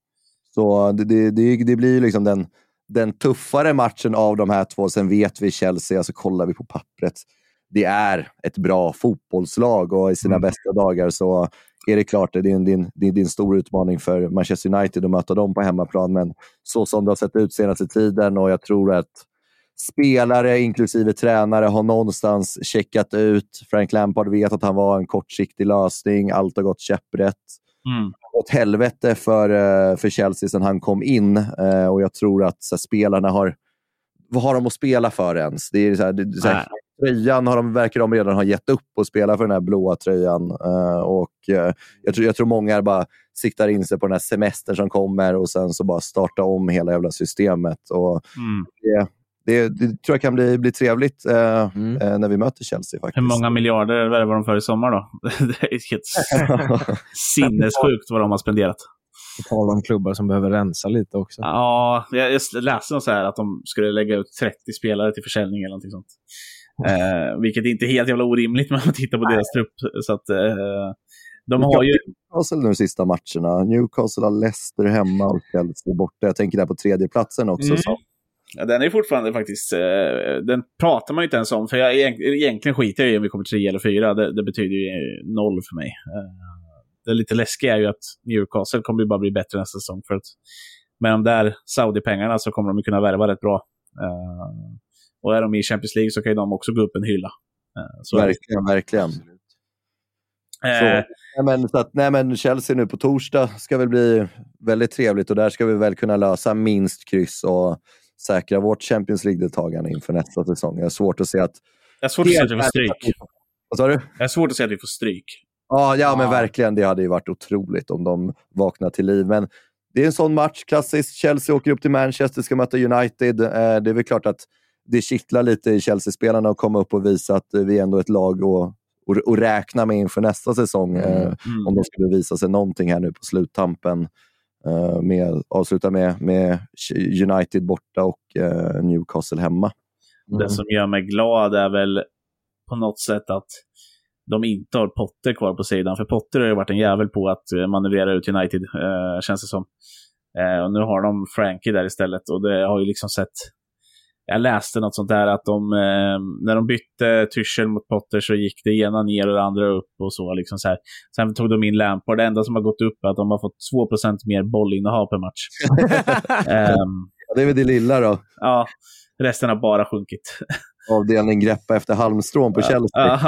Så det, det, det, det blir ju liksom den, den tuffare matchen av de här två. Sen vet vi Chelsea, alltså kollar vi på pappret. Det är ett bra fotbollslag och i sina mm. bästa dagar så är det klart att det är en, din, din, din stor utmaning för Manchester United att möta dem på hemmaplan. Men så som det har sett ut senaste tiden och jag tror att spelare inklusive tränare har någonstans checkat ut. Frank Lampard vet att han var en kortsiktig lösning. Allt har gått käpprätt. Mm. Åt helvete för, för Chelsea sedan han kom in och jag tror att så här, spelarna har vad har de att spela för ens? Det är så här, det, så här, tröjan har de, verkar de redan ha gett upp och spela för den här blåa tröjan. Uh, och uh, jag, tror, jag tror många bara siktar in sig på den här semestern som kommer och sen så bara starta om hela jävla systemet. Och mm. det, det, det tror jag kan bli, bli trevligt uh, mm. uh, när vi möter Chelsea faktiskt. Hur många miljarder värvar de för i sommar då? Det är helt sinnessjukt vad de har spenderat. På tal om klubbar som behöver rensa lite också. Ja, jag läste något så här att de skulle lägga ut trettio spelare till försäljning eller någonting sånt. Eh, vilket är inte helt jävla orimligt när man tittar på Nej. deras trupp. Så att eh, de har ju... Newcastle nu sista matcherna. Newcastle har Leicester hemma och Chelsea borta. Jag tänker där på tredje platsen också. Mm. Så. Ja, den är fortfarande faktiskt... Eh, den pratar man ju inte ens om. För jag, egentligen skiter jag i om vi kommer tre eller fyra. Det, det betyder ju noll för mig. Eh, det lite läskiga är ju att Newcastle kommer ju bara bli bättre nästa säsong. För att med de där Saudi-pengarna så kommer de ju kunna värva rätt bra. Uh, och är de i Champions League så kan de också gå upp en hylla. Uh, så verkligen, verkligen. Uh, så, nej, men, så att, nej, men Chelsea nu på torsdag ska väl bli väldigt trevligt. Och där ska vi väl kunna lösa minst kryss och säkra vårt Champions League-deltagande inför nästa säsong. Jag har svårt att se att... Jag har svårt att se att vi får stryk. Vad sa du? Jag har svårt att se att vi får stryk. Ja, ja, men verkligen. Det hade ju varit otroligt om de vaknar till liv. Men det är en sån match, klassiskt. Chelsea åker upp till Manchester, ska möta United. Det är väl klart att det kittlar lite i Chelsea-spelarna att komma upp och visa att vi är ändå ett lag och, och, och räkna med inför nästa säsong. Mm. Mm. Om de skulle visa sig någonting här nu på sluttampen. Med, avsluta med, med United borta och Newcastle hemma. Mm. Det som gör mig glad är väl på något sätt att de inte har Potter kvar på sidan. För Potter har ju varit en jävel på att manövrera ut United, eh, känns det som. Eh, och nu har de Frankie där istället. Och det har ju liksom sett... Jag läste något sånt där att de... Eh, när de bytte Tuchel mot Potter så gick det ena ner och det andra upp och så. Liksom så här. Sen tog de in Lampard. Det enda som har gått upp är att de har fått två procent mer bollinnehav per match. eh, ja, det är väl det lilla då. Ja, resten har bara sjunkit. Avdelning greppa efter halmstrån på Chelsea.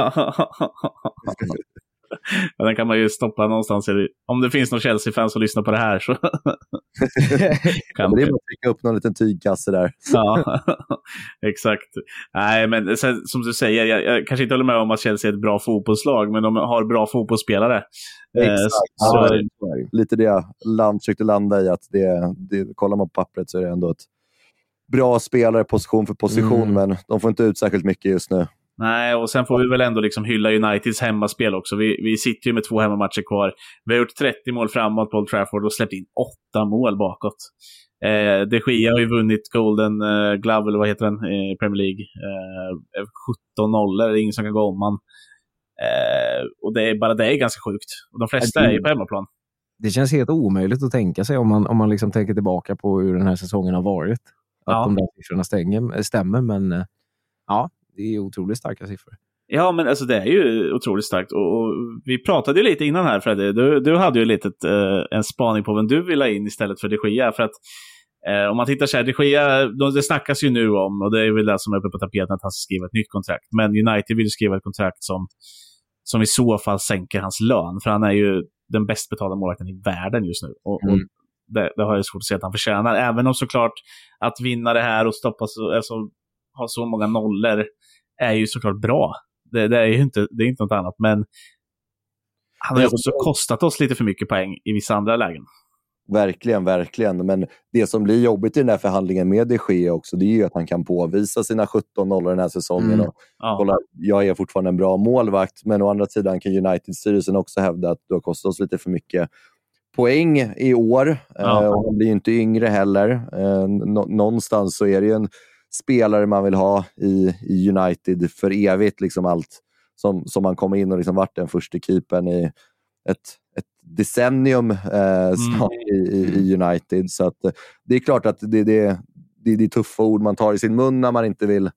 Ja, den kan man ju stoppa någonstans. Om det finns någon Chelsea-fans som lyssnar på det här så kan det är bara att trycka upp någon liten tygkasse där. Ja, exakt. Nej, men sen, som du säger, jag, jag kanske inte håller med om att Chelsea är ett bra fotbollslag, men de har bra fotbollsspelare. Exakt. Eh, så, ja, så, lite det jag land, försökte landa i, att det, det, kollar man på pappret så är det ändå ett bra spelare position för position, mm. men de får inte ut särskilt mycket just nu. Nej, och sen får vi väl ändå liksom hylla Uniteds hemmaspel också. Vi, vi sitter ju med två hemmamatcher kvar. Vi har gjort trettio mål framåt på Old Trafford och släppt in åtta mål bakåt. Eh, De Gea har ju vunnit Golden eh, Glove, eller vad heter den, i Premier League. Eh, sjutton noll, det är ingen som kan gå om han. Eh, och det är bara det är ganska sjukt. Och de flesta är ju på hemmaplan. Det känns helt omöjligt att tänka sig om man, om man liksom tänker tillbaka på hur den här säsongen har varit. Att ja. de där siffrorna stänger, stämmer, men eh, ja, det är otroligt starka siffror. Ja, men alltså det är ju otroligt starkt. Och, och vi pratade ju lite innan här, Freddy. Du, du hade ju lite ett, uh, en spaning på vem du vill ha in istället för De Gea. För att uh, om man tittar så här, De Gea, det snackas ju nu om, och det är väl det som är uppe på tapeten, att han ska skriva ett nytt kontrakt. Men United vill skriva ett kontrakt som, som i så fall sänker hans lön. För han är ju den bäst betalda målvakten i världen just nu. Och, mm. och det, det har jag svårt att se att han förtjänar. Även om såklart att vinna det här och stoppa så, alltså, ha så många nollor är ju såklart bra. Det, det är ju inte, det är inte något annat, men han har ju också kostat oss lite för mycket poäng i vissa andra lägen. Verkligen, verkligen. Men det som blir jobbigt i den här förhandlingen med De Gea också, det är ju att han kan påvisa sina sjutton nollor den här säsongen. Mm. Och ja. kolla, jag är fortfarande en bra målvakt, men å andra sidan kan United-styrelsen också hävda att du har kostat oss lite för mycket poäng i år. Ja. Eh, och han blir ju inte yngre heller. Eh, nå- någonstans så är det ju en spelare man vill ha i, i United för evigt, liksom allt som, som man kommer in och liksom varit den första keepern i ett, ett decennium eh, snart mm. i, i United. Så att, det är klart att det, det, det, det är tuffa ord man tar i sin mun när man inte vill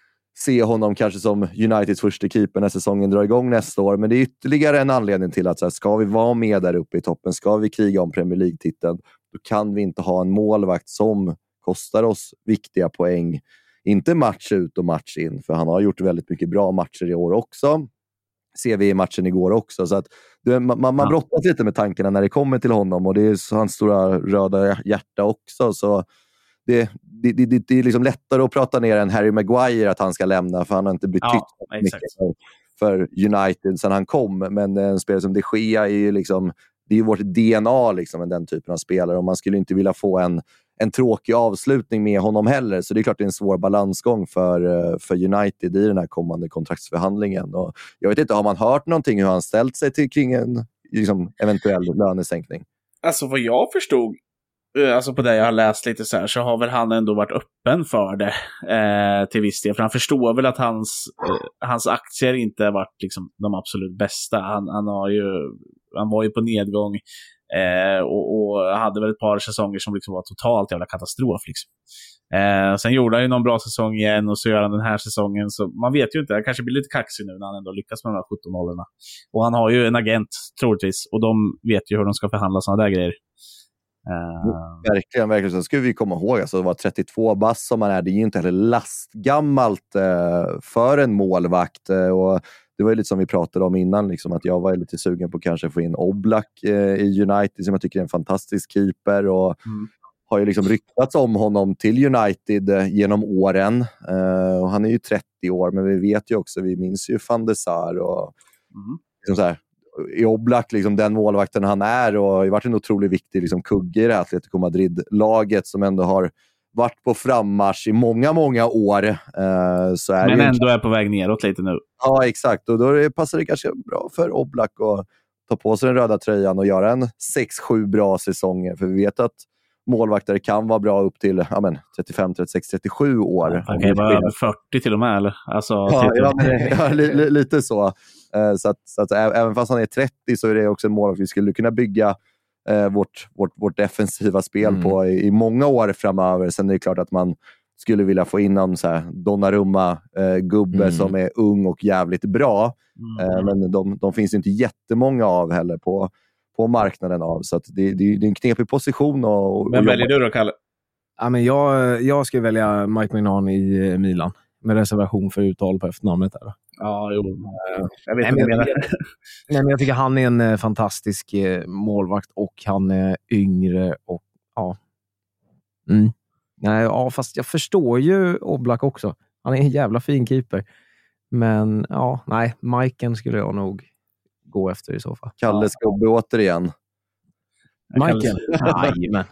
se honom kanske som Uniteds första keeper när säsongen drar igång nästa år. Men det är ytterligare en anledning till att så här, ska vi vara med där uppe i toppen, ska vi kriga om Premier League-titeln, då kan vi inte ha en målvakt som kostar oss viktiga poäng. Inte match ut och match in, för han har gjort väldigt mycket bra matcher i år också. Ser vi i matchen igår också. Så att det, man, man ja. brottas lite med tankarna när det kommer till honom, och det är hans stora röda hjärta också. Så det, det, det, det är liksom lättare att prata ner än Harry Maguire att han ska lämna, för han har inte betytt ja, mycket för, för United sedan han kom. Men en spelare som De Gea är ju liksom, det är ju vårt D N A liksom, den typen av spelare, och man skulle inte vilja få en en tråkig avslutning med honom heller. Så det är klart det är en svår balansgång för, för United i den här kommande kontraktsförhandlingen. Och jag vet inte, har man hört någonting hur han ställt sig till kring en liksom, eventuell lönesänkning? Alltså vad jag förstod, alltså på det jag har läst lite så här, så har väl han ändå varit öppen för det eh, till viss del. För han förstår väl att hans, eh, hans aktier inte har varit liksom, de absolut bästa. Han, han, har ju, han var ju på nedgång. Eh, och, och hade väl ett par säsonger som liksom var totalt jävla katastrof liksom. eh, Sen gjorde han ju någon bra säsong igen, och så gör han den här säsongen. Så man vet ju inte, han kanske blir lite kaxig nu när han ändå lyckas med de här sjutton nollorna. Och han har ju en agent troligtvis, och de vet ju hur de ska förhandla sådana där grejer. uh... Verkligen, verkligen. Så ska vi komma ihåg, alltså, det var trettiotvå bass som man är. Det är ju inte heller lastgammalt eh, för en målvakt. eh, Och det var ju lite som vi pratade om innan, liksom, att jag var lite sugen på att kanske få in Oblak eh, i United, som jag tycker är en fantastisk keeper, och mm. har ju liksom ryktats om honom till United eh, genom åren. Eh, och han är ju trettio år, men vi vet ju också, vi minns ju Van de Sar och mm. liksom så här, i Oblak, liksom, den målvakten han är, och har ju varit en otroligt viktig liksom, kugge i det här Atletico Madrid-laget som ändå har varit på frammarsch i många, många år. Eh, så är Men ändå är på väg neråt lite nu. Ja, exakt. Och då passar det kanske bra för Oblak att ta på sig den röda tröjan och göra en sex sju bra säsonger. För vi vet att målvaktare kan vara bra upp till ja, men, trettiofem, trettiosex, trettiöver år. Han kan ju vara över fyrtio till och med. Eller? Alltså, ja, ja, men, ja li, li, lite så. Eh, så att, så att även fast han är trettio så är det också en målvakt vi skulle kunna bygga eh, vårt, vårt, vårt defensiva spel mm. på i, i många år framöver. Sen är det klart att man skulle vilja få in någon så här Donnarumma-gubbe eh, mm. som är ung och jävligt bra. Mm. Eh, men de, de finns ju inte jättemånga av heller på, på marknaden av. Så att det, det, det är en knepig position. Och, Vem väljer du då, Kalle? Ja, men jag, jag ska välja Mike Mignon i Milan. Med reservation för uttal på efternamnet. Här. Ja, jo. Jag vet inte vad jag menar. Nej, men jag tycker han är en eh, fantastisk eh, målvakt, och han är yngre och ja. Mm. Nej, ja, fast jag förstår ju Oblak också. Han är en jävla fin keeper. Men ja, nej, Majken skulle jag nog gå efter i så fall. Kalle Skobbe ja. återigen. Majken? Nej, men.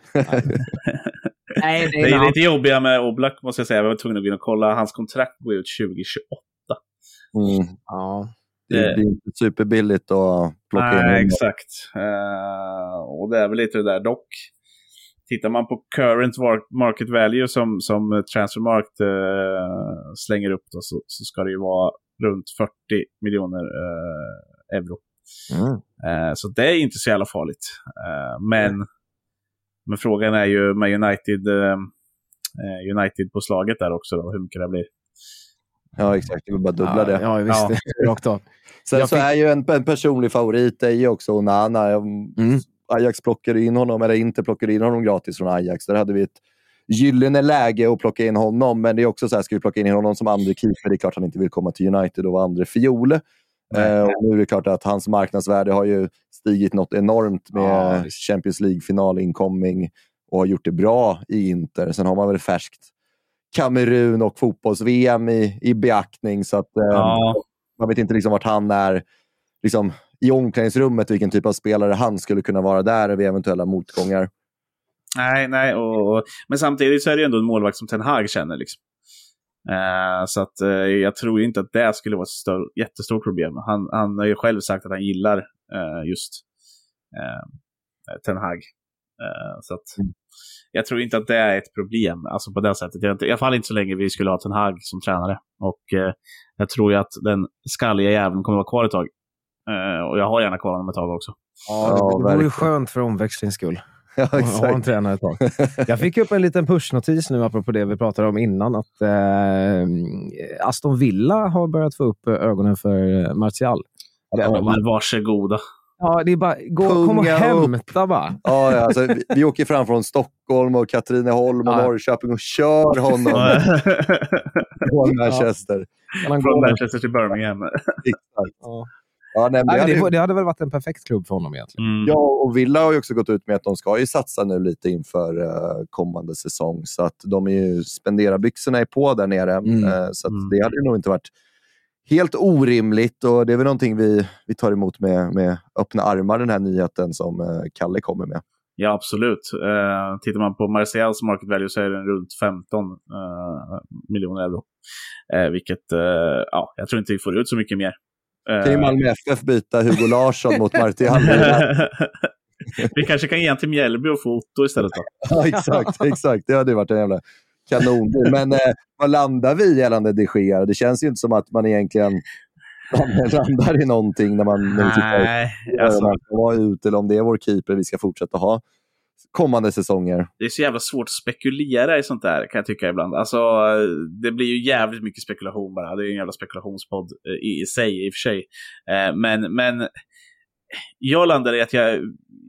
Nej, det är, det är lite jobbiga med Oblak, måste jag säga. Jag var tvungen att gå in och kolla. Hans kontrakt går ut tjugo tjugoåtta. Mm. Ja. Det, det är inte superbilligt att plocka Nej, in. Nej, exakt. Uh, och det är väl lite det där dock. Tittar man på current market value som, som Transfermarkt uh, slänger upp då, så, så ska det ju vara runt fyrtio miljoner uh, euro. Mm. Uh, så det är inte så jävla farligt. Uh, men, mm. men frågan är ju med United, uh, United på slaget där också då, hur mycket det blir. Ja, exakt. Det vill bara dubbla ja, det. Ja, visst. Ja. Rakt av. Sen jag så fick... är ju en, en personlig favorit är ju också Onana. Mm. Ajax plockade in honom, eller inte plockade in honom gratis från Ajax. Där hade vi ett gyllene läge att plocka in honom. Men det är också så här, ska vi plocka in honom som andra keeper? Det är klart han inte vill komma till United och vara andra fiol. Eh, och nu är det klart att hans marknadsvärde har ju stigit något enormt med ja, Champions League-final inkomming och har gjort det bra i Inter. Sen har man väl färskt Kamerun och fotbolls-V M i, i beaktning, så att eh, ja. man vet inte liksom vart han är liksom, i omklädningsrummet, vilken typ av spelare han skulle kunna vara där vid eventuella motgångar. Nej, nej och, och, men samtidigt så är det ju ändå en målvakt som Ten Hag känner liksom. Uh, så att uh, jag tror inte att det skulle vara ett stör, jättestort problem. Han, han har ju själv sagt att han gillar uh, just uh, Ten Hag. Uh, så att mm. jag tror inte att det är ett problem, alltså på det sättet. Jag, I alla fall inte så länge vi skulle ha Ten Hag som tränare. Och uh, jag tror ju att den skalliga jäveln kommer vara kvar ett tag. Uh, och jag har gärna kvar honom ett tag också. Ja, det, det vore ju skönt för omväxlings skull. Ja, exakt. Ha en tränare ett tag. Jag fick upp en liten pushnotis nu apropå det vi pratade om innan, att eh, Aston Villa har börjat få upp ögonen för Martial. Ja, men varsågoda. Ja, det är bara, gå, kom och hämta upp. bara. Ja, ja, alltså, vi, vi åker fram från Stockholm och Katrineholm och ja. Norrköping och kör honom från Manchester. Ja. Från Manchester till Birmingham. Exakt. Ja. Ja, nej, nej, det, det, hade... det hade väl varit en perfekt klubb för honom egentligen. Mm. Ja, och Villa har ju också gått ut med att de ska ju satsa nu lite inför uh, kommande säsong. Så att de är ju, spendera byxorna är på där nere. Mm. Uh, så att mm. det hade ju nog inte varit helt orimligt. Och det är väl någonting vi, vi tar emot med, med öppna armar, den här nyheten som uh, Kalle kommer med. Ja, absolut. Uh, tittar man på Martials market value så är den runt femton uh, miljoner euro. Uh, vilket, uh, ja, jag tror inte vi får ut så mycket mer. Kan ju Malmö F F byta Hugo Larsson mot Martial? Vi kanske kan ge han till Mjällby och få Otto istället då. Ja, exakt, exakt. Det hade varit en jävla kanon. Men eh, vad landar vi gällande De Gea? Det känns ju inte som att man egentligen landar i någonting när man nu Nej, alltså. man ska vara ut, eller om det är vår keeper vi ska fortsätta ha kommande säsonger. Det är så jävla svårt att spekulera i sånt där, kan jag tycka ibland. Alltså, det blir ju jävligt mycket spekulation bara. Det är en jävla spekulationspodd i, i sig, i och för sig. Eh, men, men jag landar i att jag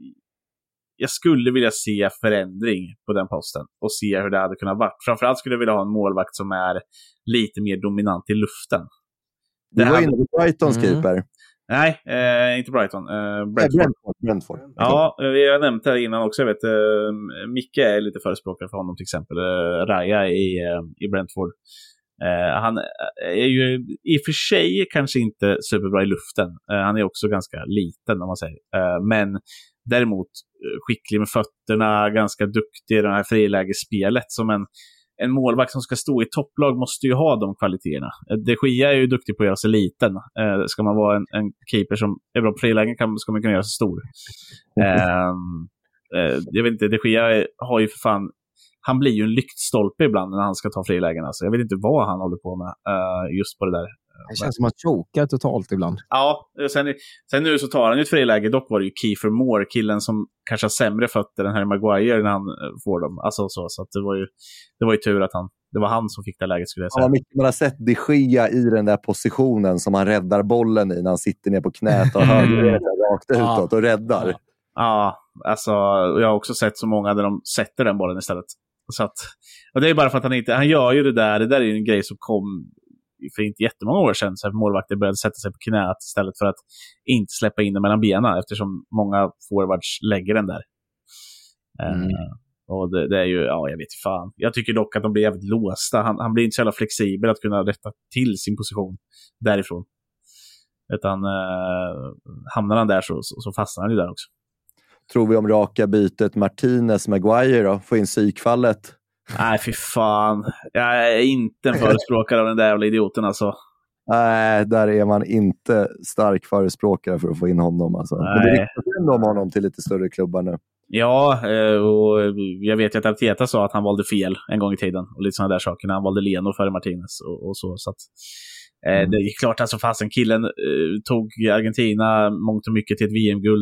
jag skulle vilja se förändring på den posten och se hur det hade kunnat vara. Framförallt skulle jag vilja ha en målvakt som är lite mer dominant i luften. Det du var hade... inne på Brightons mm. keeper. Nej, eh, inte Brighton. Eh, Brentford. Brentford. Brentford. Ja, vi har nämnt det innan också. Jag vet, eh, Micke är lite förespråkare för honom till exempel. Eh, Raya i, eh, i Brentford. Eh, han är ju i och för sig kanske inte superbra i luften. Eh, han är också ganska liten om man säger. Eh, men däremot skicklig med fötterna, ganska duktig i det här frilägesspelet. Som en En målvakt som ska stå i topplag måste ju ha de kvaliteterna. De Gea är ju duktig på att göra sig liten. Eh, ska man vara en, en keeper som är bra på frilägen kan, ska man kunna göra sig stor. Eh, eh, jag vet inte, De Gea har ju för fan... Han blir ju en lyktstolpe ibland när han ska ta frilägen. Alltså. Jag vet inte vad han håller på med eh, just på det där. Det känns som att chokar totalt ibland. Ja, sen, sen nu så tar han ju ett friläge. Dock var det ju Kiefer Moore, killen som kanske har sämre fötter än Harry Maguire när han får dem. Alltså så, så att det var ju det var ju tur att han det var han som fick det läget, skulle jag säga. Ja, mycket man har sett De Gea i den där positionen som han räddar bollen i när han sitter ner på knät och höger mm. rakt utåt och räddar. Ja, ja, alltså jag har också sett så många där de sätter den bollen istället. Så att, och det är bara för att han inte han gör ju det där. Det där är ju en grej som kom för inte jättemånga år sedan, så att målvakter började sätta sig på knät istället för att inte släppa in den mellan benen, eftersom många forwards lägger den där. Mm. Uh, och det, det är ju, ja jag vet fan. Jag tycker dock att de blir jävligt låsta. Han, han blir inte så jävla flexibel att kunna rätta till sin position därifrån. Utan uh, hamnar han där så, så, så fastnar han ju där också. Tror vi om raka bytet Martinez Maguire då? Få in psykfallet? Nej, fy fan. Jag är inte en förespråkare av den där jävla idioten alltså. Nej, där är man inte stark förespråkare för att få in honom. Alltså. Men det riktigt ändå om honom till lite större klubbar nu. Ja, och jag vet ju att Arteta sa att han valde fel en gång i tiden. Och lite sådana där saker. Han valde Leno före Martinez och, och så. så att, mm. Det är klart, alltså fastän killen eh, tog Argentina mångt och mycket till ett V M-guld.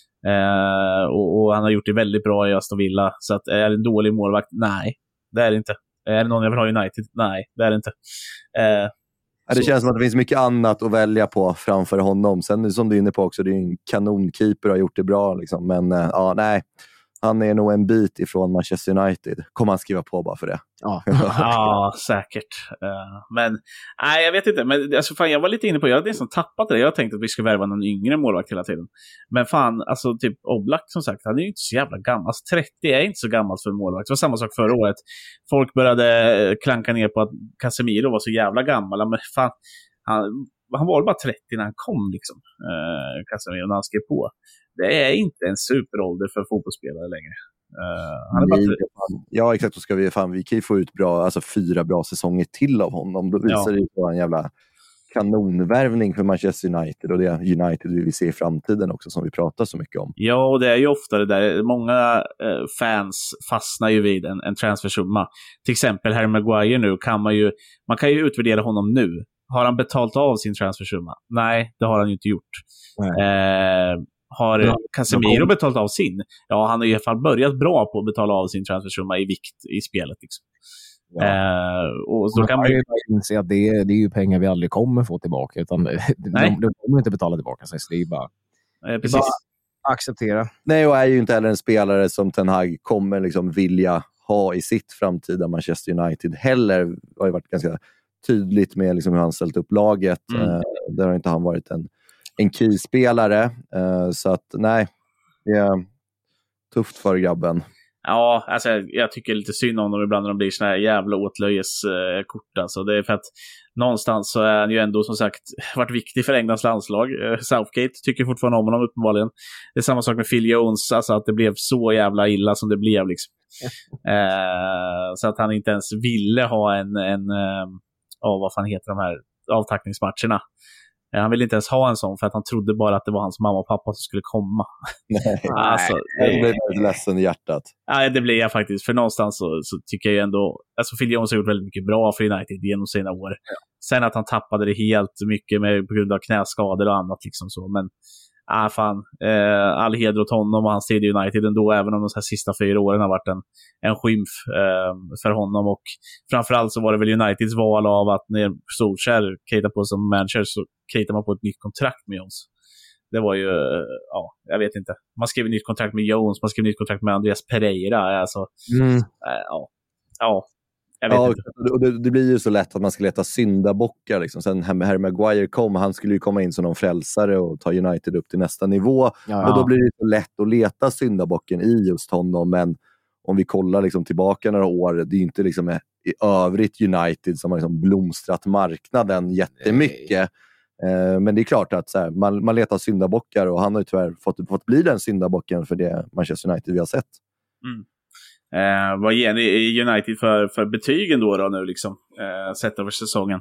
Eh, och, och han har gjort det väldigt bra i Aston Villa. Så att, är det en dålig målvakt? Nej, det är det inte. Är det någon jag vill ha i United? Nej, det är det inte. Eh, Ja, det känns som att det finns mycket annat att välja på framför honom. Sen som du är inne på också, det är en kanonkeeper och har gjort det bra. Liksom. Men äh, ja, nej, han är nog en bit ifrån Manchester United. Kommer han skriva på bara för det? Ja, ja säkert. Uh, men nej, jag vet inte. Men, alltså, fan, jag var lite inne på, jag hade nästan tappat det. Jag tänkte att vi skulle värva någon yngre målvakt hela tiden. Men fan, alltså typ Oblak som sagt, han är ju inte så jävla gammal. trettio är inte så gammalt för en målvakt. Det var samma sak förra året. Folk började klanka ner på att Casemiro var så jävla gammal. Men fan, han, han var bara trettio när han kom liksom. Uh, Casemiro, när han skrev på. Det är inte en superålder för fotbollsspelare längre. Uh, han är bara tre... Ja, exakt. Så ska vi, fan, vi kan ju få ut bra, alltså fyra bra säsonger till av honom. Då visar ja. det på en jävla kanonvärvning för Manchester United. Och det är United vi vill se i framtiden också, som vi pratar så mycket om. Ja, och det är ju ofta det där. Många eh, fans fastnar ju vid en, en transfersumma. Till exempel Harry Maguire nu kan man ju, man kan ju utvärdera honom nu. Har han betalt av sin transfersumma? Nej, det har han ju inte gjort. Eh, har ja, Casemiro betalt av sin? Ja, han har i alla fall börjat bra på att betala av sin transfersumma i vikt i spelet. Liksom. Ja. Eh, och så man kan man ju inse att det, det är ju pengar vi aldrig kommer få tillbaka. Utan de, de kommer inte betala tillbaka sig. Så det är bara, eh, precis. Det är bara acceptera. Nej, och är ju inte heller en spelare som Ten Hag kommer liksom vilja ha i sitt framtida Manchester United heller. Det har ju varit ganska tydligt med liksom hur han ställt upp laget. Mm. Eh, där har inte han varit en en keyspelare, uh, så att nej, det är tufft för grabben. Ja, alltså jag tycker lite synd om dem ibland när de blir såna här jävla åtlöjeskort. Alltså det är för att någonstans så är han ju ändå som sagt varit viktig för Englands landslag. Uh, Southgate tycker fortfarande om honom uppenbarligen. Det är samma sak med Phil Jones, alltså att det blev så jävla illa som det blev liksom. uh, så att han inte ens ville ha en, en uh, oh, vad fan heter de här avtackningsmatcherna. Han ville inte ens ha en sån för att han trodde bara att det var hans mamma och pappa som skulle komma. Nej, alltså, det blev ledsen i hjärtat. Nej, det blir jag faktiskt. För någonstans så, så tycker jag ju ändå... Alltså Phil Jones har gjort väldigt mycket bra för United genom sina år. Ja. Sen att han tappade det helt mycket med, på grund av knäskador och annat. Liksom så. Men ah, fan, eh, all heder åt honom och hans tid i United ändå, även om de här sista fyra åren har varit en, en skymf eh, för honom. Och framförallt så var det väl Uniteds val av att när Solskjaer kritar på som manager så kritar man på ett nytt kontrakt med Jones. Det var ju, ja, jag vet inte. Man skrev ett nytt kontrakt med Jones, man skrev ett nytt kontrakt med Andreas Pereira. Alltså, mm. äh, ja, ja. Jag vet ja, inte. och det, det blir ju så lätt att man ska leta syndabockar. Liksom. Sen Harry Maguire kom, han skulle ju komma in som någon frälsare och ta United upp till nästa nivå. Ja. Och då blir det så lätt att leta syndabocken i just honom. Men om vi kollar liksom tillbaka några år, det är ju inte liksom i övrigt United som har liksom blomstrat marknaden jättemycket. Nej. Men det är klart att så här, man, man letar syndabockar och han har ju tyvärr fått, fått bli den syndabocken för det Manchester United vi har sett. Mm. Eh, vad ger ni United för, för betygen då, då nu liksom, eh, sett över säsongen?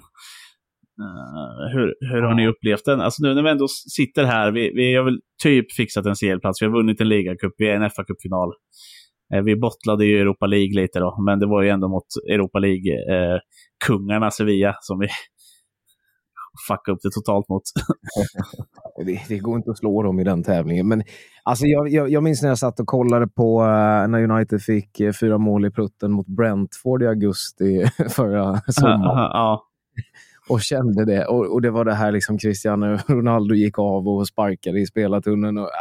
Eh, hur, hur har ni upplevt den? Alltså nu när vi ändå sitter här, vi, vi har väl typ fixat en C L-plats, vi har vunnit en ligacup, vi är en F A-cupfinal. Eh, vi bottlade ju Europa League lite då, men det var ju ändå mot Europa League-kungarna eh, Sevilla som vi fucka upp det totalt mot. det, det går inte att slå dem i den tävlingen. Men alltså, jag, jag, jag minns när jag satt och kollade på uh, när United fick uh, fyra mål i prutten mot Brentford i augusti förra sommaren. Uh, uh, uh. Och kände det. Och, och det var det här liksom Cristiano Ronaldo gick av och sparkade i spelartunneln. Och, uh,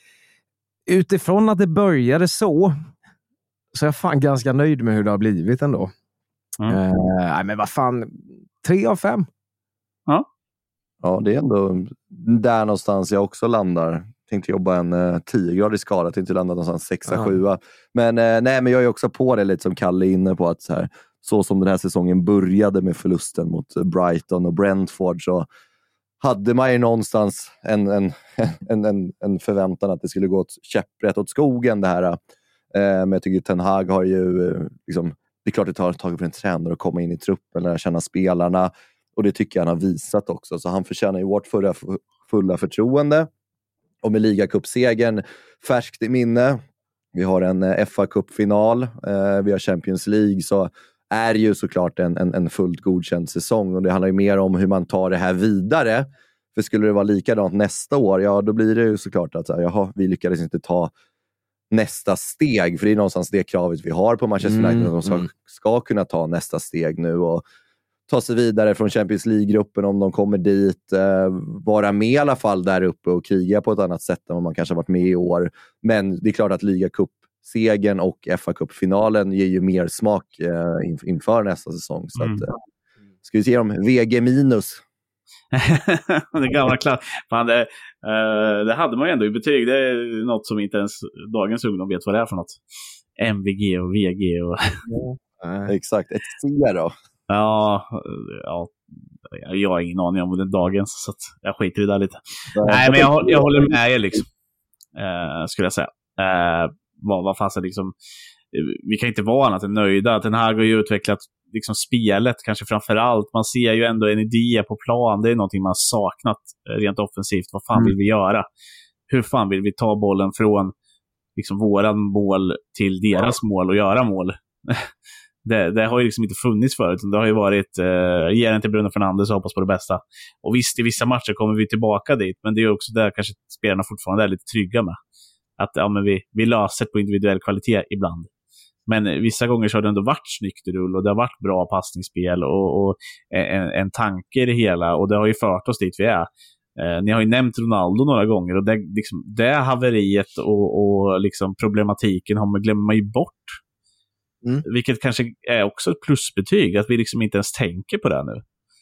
utifrån att det började så så är jag fan ganska nöjd med hur det har blivit ändå. Mm. Uh, nej, men vad fan, tre av fem. Ja. Ja, det är ändå där någonstans jag också landar. Tänkte jobba en eh, tio-gradig skala, tänkte landa någonstans sexa sjua. Men eh, nej, men jag är också på det lite som Kalle är inne på att så här, så som den här säsongen började med förlusten mot Brighton och Brentford, så hade man ju någonstans en, en, en, en, en förväntan att det skulle gå åt käpprätt åt skogen det här. Eh, men jag tycker Ten Hag har ju eh, liksom, det är klart det tar tag för en tränare att komma in i truppen, lära känna spelarna. Och det tycker jag han har visat också. Så han förtjänar ju vårt förra fulla förtroende. Och med ligacupsegern färskt i minne. Vi har en F A-cupfinal. Eh, vi har Champions League. Så är ju såklart en, en, en fullt godkänd säsong. Och det handlar ju mer om hur man tar det här vidare. För skulle det vara likadant nästa år, ja då blir det ju såklart att jaha, vi lyckades inte ta nästa steg. För det är någonstans det kravet vi har på Manchester United. Mm, att de ska, mm. ska kunna ta nästa steg nu och ta sig vidare från Champions League-gruppen om de kommer dit. Eh, vara med i alla fall där uppe och kriga på ett annat sätt än vad man kanske har varit med i år. Men det är klart att ligacup-segern och F A-cupfinalen ger ju mer smak eh, inför nästa säsong. Så mm. att, eh, ska vi se dem V G minus. Det gamla klass. Fan, det, uh, det hade man ju ändå i betyg. Det är något som inte ens dagens ungdom vet vad det är för något. M V G och V G och... ja. Exakt, ett C då. Ja, ja, jag har ingen aning om den dagens, så att jag skiter i det där lite. Ja, Nej, men jag, jag håller med er liksom. Uh, skulle jag säga. Uh, vad, vad fanns det liksom... Vi kan inte vara annat än nöjda. Den här har ju utvecklat liksom spelet kanske framförallt. Man ser ju ändå en idé på plan. Det är någonting man saknat rent offensivt. Vad fan mm. vill vi göra? Hur fan vill vi ta bollen från liksom våran mål till deras ja. mål och göra mål? det, det har ju liksom inte funnits förut. Det har ju varit uh, ge den till Bruno Fernandes och hoppas på det bästa. Och visst, i vissa matcher kommer vi tillbaka dit. Men det är också där kanske spelarna fortfarande är lite trygga med. Att ja, men vi, vi löser på individuell kvalitet ibland. Men vissa gånger så har det ändå varit snyggt rull och det har varit bra passningsspel och, och en, en tanke i det hela, och det har ju fört oss dit vi är. Eh, ni har ju nämnt Ronaldo några gånger, och det, liksom, det haveriet och, och liksom problematiken har man, glömmer man ju bort. Mm. Vilket kanske är också ett plusbetyg, att vi liksom inte ens tänker på det nu.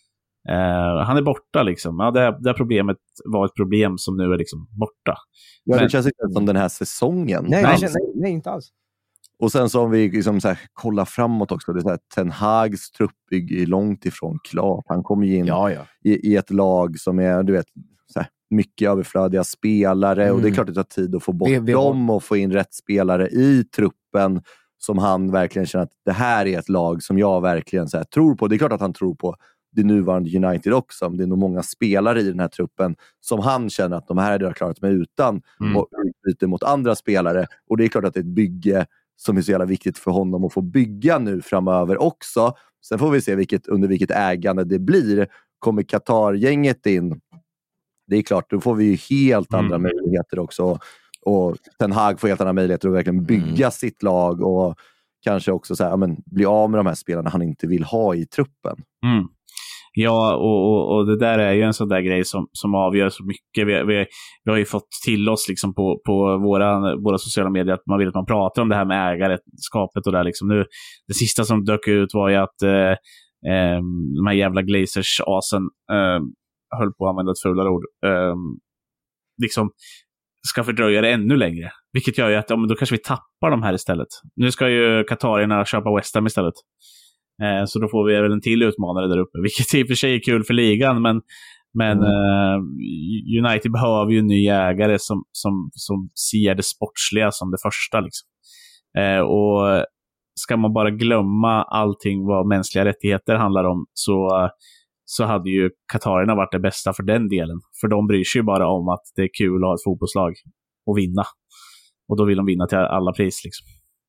Eh, han är borta liksom. Ja, det, det problemet var ett problem som nu är liksom borta. Ja, det Men, känns inte som den här säsongen. Nej, nej, nej, nej inte alls. Och sen så om vi liksom så här kollar framåt också, det är så här, Ten Hags truppbygge är långt ifrån klart. Han kommer ju in ja, ja. I, i ett lag som är, du vet, så här, mycket överflödiga spelare mm. och det är klart att det tar tid att få bort vi, vi dem och få in rätt spelare i truppen som han verkligen känner att det här är ett lag som jag verkligen så här, tror på. Det är klart att han tror på det nuvarande United också, men det är nog många spelare i den här truppen som han känner att de här hade jag klarat mig utan mm. och utbyte mot andra spelare, och det är klart att det är ett bygge som är så jävla viktigt för honom att få bygga nu framöver också. Sen får vi se vilket, under vilket ägande det blir. Kommer Qatar-gänget in, det är klart, då får vi ju helt mm. andra möjligheter också. Och Ten Hag får helt andra möjligheter att verkligen bygga mm. sitt lag och kanske också så här, ja, men, bli av med de här spelarna han inte vill ha i truppen. Mm. Ja, och, och, och det där är ju en sån där grej som, som avgör så mycket. Vi, vi, vi har ju fått till oss liksom på, på våra, våra sociala medier att man vill att man pratar om det här med ägarskapet och där liksom. Nu, det sista som dök ut var ju att eh, eh, de här jävla Glazers-asen eh, höll på att använda ett fulare ord. Eh, liksom ska fördröja det ännu längre. Vilket gör ju att ja, men då kanske vi tappar de här istället. Nu ska ju Qatarierna köpa West Ham istället. Eh, så då får vi väl en till utmanare där uppe. Vilket i och för sig är kul för ligan. Men, men mm. eh, United behöver ju en ny ägare som, som, som ser det sportsliga som det första. Liksom. Eh, och ska man bara glömma allting vad mänskliga rättigheter handlar om, så, så hade ju Qatarierna varit det bästa för den delen. För de bryr sig ju bara om att det är kul att ha ett fotbollslag och vinna. Och då vill de vinna till alla pris. Liksom.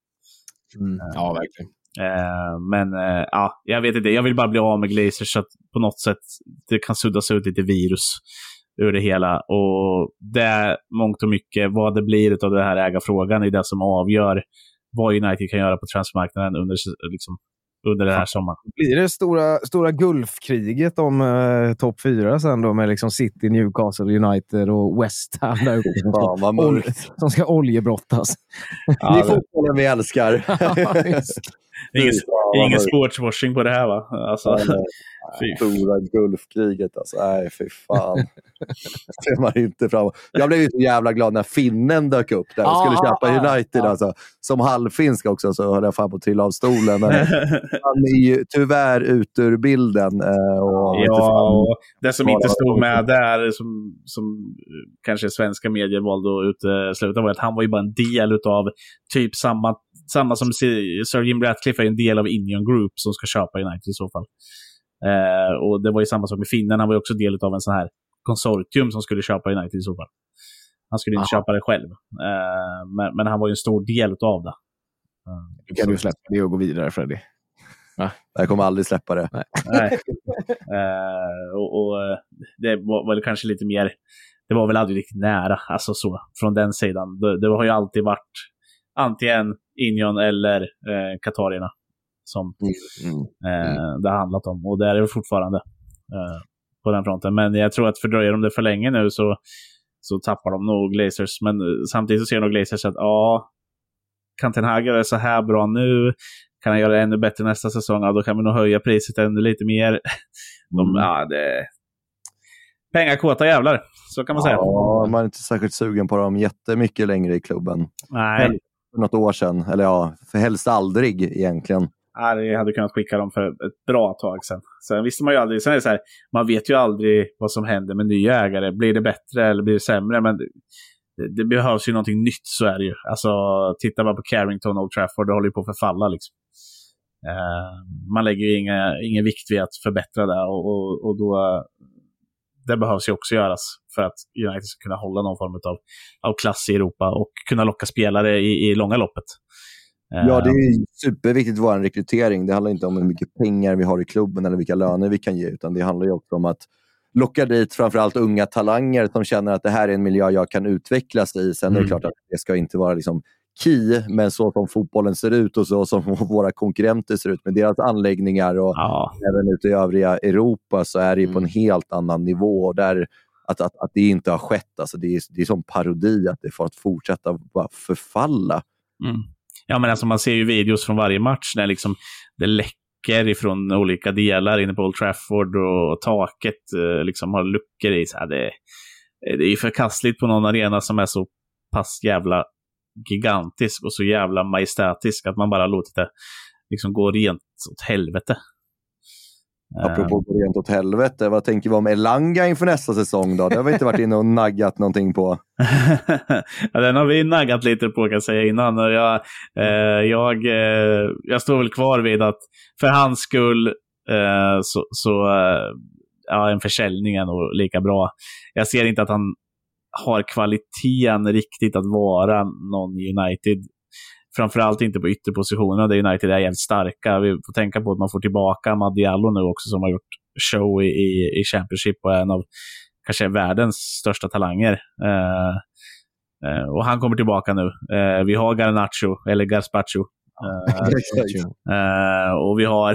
Mm. Ja, verkligen. Eh, men eh, ja, jag vet inte, jag vill bara bli av med Glazers så att på något sätt det kan suddas ut lite virus ur det hela, och det är mångt och mycket vad det blir av det här ägarfrågan är det som avgör vad United kan göra på transfermarknaden under, liksom, under det här sommaren. Blir det stora, stora gulfkriget om eh, topp fyra sen då med liksom City, Newcastle, United och West Ham där uppe som, ja, ska, ol- som ska oljebrottas. Ja, det är fotbollen vi älskar. Ingen, ingen sportswashing på det här, va? Alltså, nej, stora gulfkriget alltså. Nej, fy fan. Det ser man inte fram. Jag blev ju så jävla glad när finnen dök upp där och skulle ah, köpa United. Ah, alltså. Som halvfinsk också så höll jag fan på att trilla av stolen. Men han är ju tyvärr ut ur bilden. Och ja, och det som inte stod med där som, som kanske svenska medier valde att utesluta var att han var ju bara en del av typ samma Samma som Sir Jim Ratcliffe är en del av Indian Group som ska köpa United i så fall. Eh, och det var ju samma sak med finnen. Han var ju också del av en sån här konsortium som skulle köpa United i så fall. Han skulle inte Aha. köpa det själv. Eh, men, men han var ju en stor del av det. Uh, du kan så. ju släppa det och gå vidare, Freddy. Ja. Jag kommer aldrig släppa det. Nej. Nej. Uh, och, och det var väl kanske lite mer, det var väl aldrig riktigt nära, alltså så, från den sidan. Det, det har ju alltid varit antingen Union eller eh, Katarierna som mm. Mm. Eh, det har handlat om. Och det är det fortfarande eh, på den fronten. Men jag tror att fördröjer de det för länge nu så, så tappar de nog Glazers. Men samtidigt så ser nog Glazers att ja, kan Ten Hag göra så här bra nu? Kan han göra det ännu bättre nästa säsong? Ja, då kan vi nog höja priset ännu lite mer. De, mm. ja, det... Pengakåta jävlar, så kan man säga. Ja, man är inte särskilt sugen på dem jättemycket längre i klubben. Nej. För något år sedan, eller ja, för helst aldrig egentligen. Ja, jag hade kunnat skicka dem för ett bra tag sedan. Sen visste man ju aldrig, sen är det så här, man vet ju aldrig vad som händer med nya ägare. Blir det bättre eller blir det sämre? Men det, det behövs ju någonting nytt, så är det ju. Alltså, titta bara på Carrington och Old Trafford, det håller ju på att förfalla liksom. Uh, man lägger ju inga, ingen vikt vid att förbättra det och, och, och då det behövs ju också göras för att United ska kunna hålla någon form av, av klass i Europa och kunna locka spelare i, i långa loppet. Ja, det är superviktigt för vår rekrytering. Det handlar inte om hur mycket pengar vi har i klubben eller vilka löner vi kan ge, utan det handlar ju också om att locka dit framförallt unga talanger som känner att det här är en miljö jag kan utvecklas i. Sen mm. är det klart att det ska inte vara liksom key, men så som fotbollen ser ut och så som våra konkurrenter ser ut med deras anläggningar och ja. även ute i övriga Europa, så är det ju mm. på en helt annan nivå. Och där att, att, att det inte har skett, alltså det är, det är som parodi att det får att fortsätta bara förfalla. Mm. Ja, men alltså man ser ju videos från varje match när liksom det läcker ifrån olika delar inne på Old Trafford och taket liksom har luckor i. Så här, det, det är ju förkastligt på någon arena som är så pass jävla gigantisk och så jävla majestätisk att man bara låter det liksom gå rent åt helvete. Apropå gå rent åt helvete, vad tänker vi om Elanga inför nästa säsong då? Det har vi inte varit inne och naggat någonting på. Ja, den har vi naggat lite på, kan jag säga innan. Och jag, eh, jag, eh, jag står väl kvar vid att för hans skull eh, så, så eh, ja, en försäljning är nog lika bra. Jag ser inte att han har kvaliteten riktigt att vara någon i United. Framförallt inte på ytterpositionerna där United är jävligt starka. Vi får tänka på att man får tillbaka Amad Diallo nu också, som har gjort show i, i Championship och är en av kanske världens största talanger. Uh, uh, och han kommer tillbaka nu. Uh, vi har Garnacho, eller Gazpacho. Uh, uh, och vi har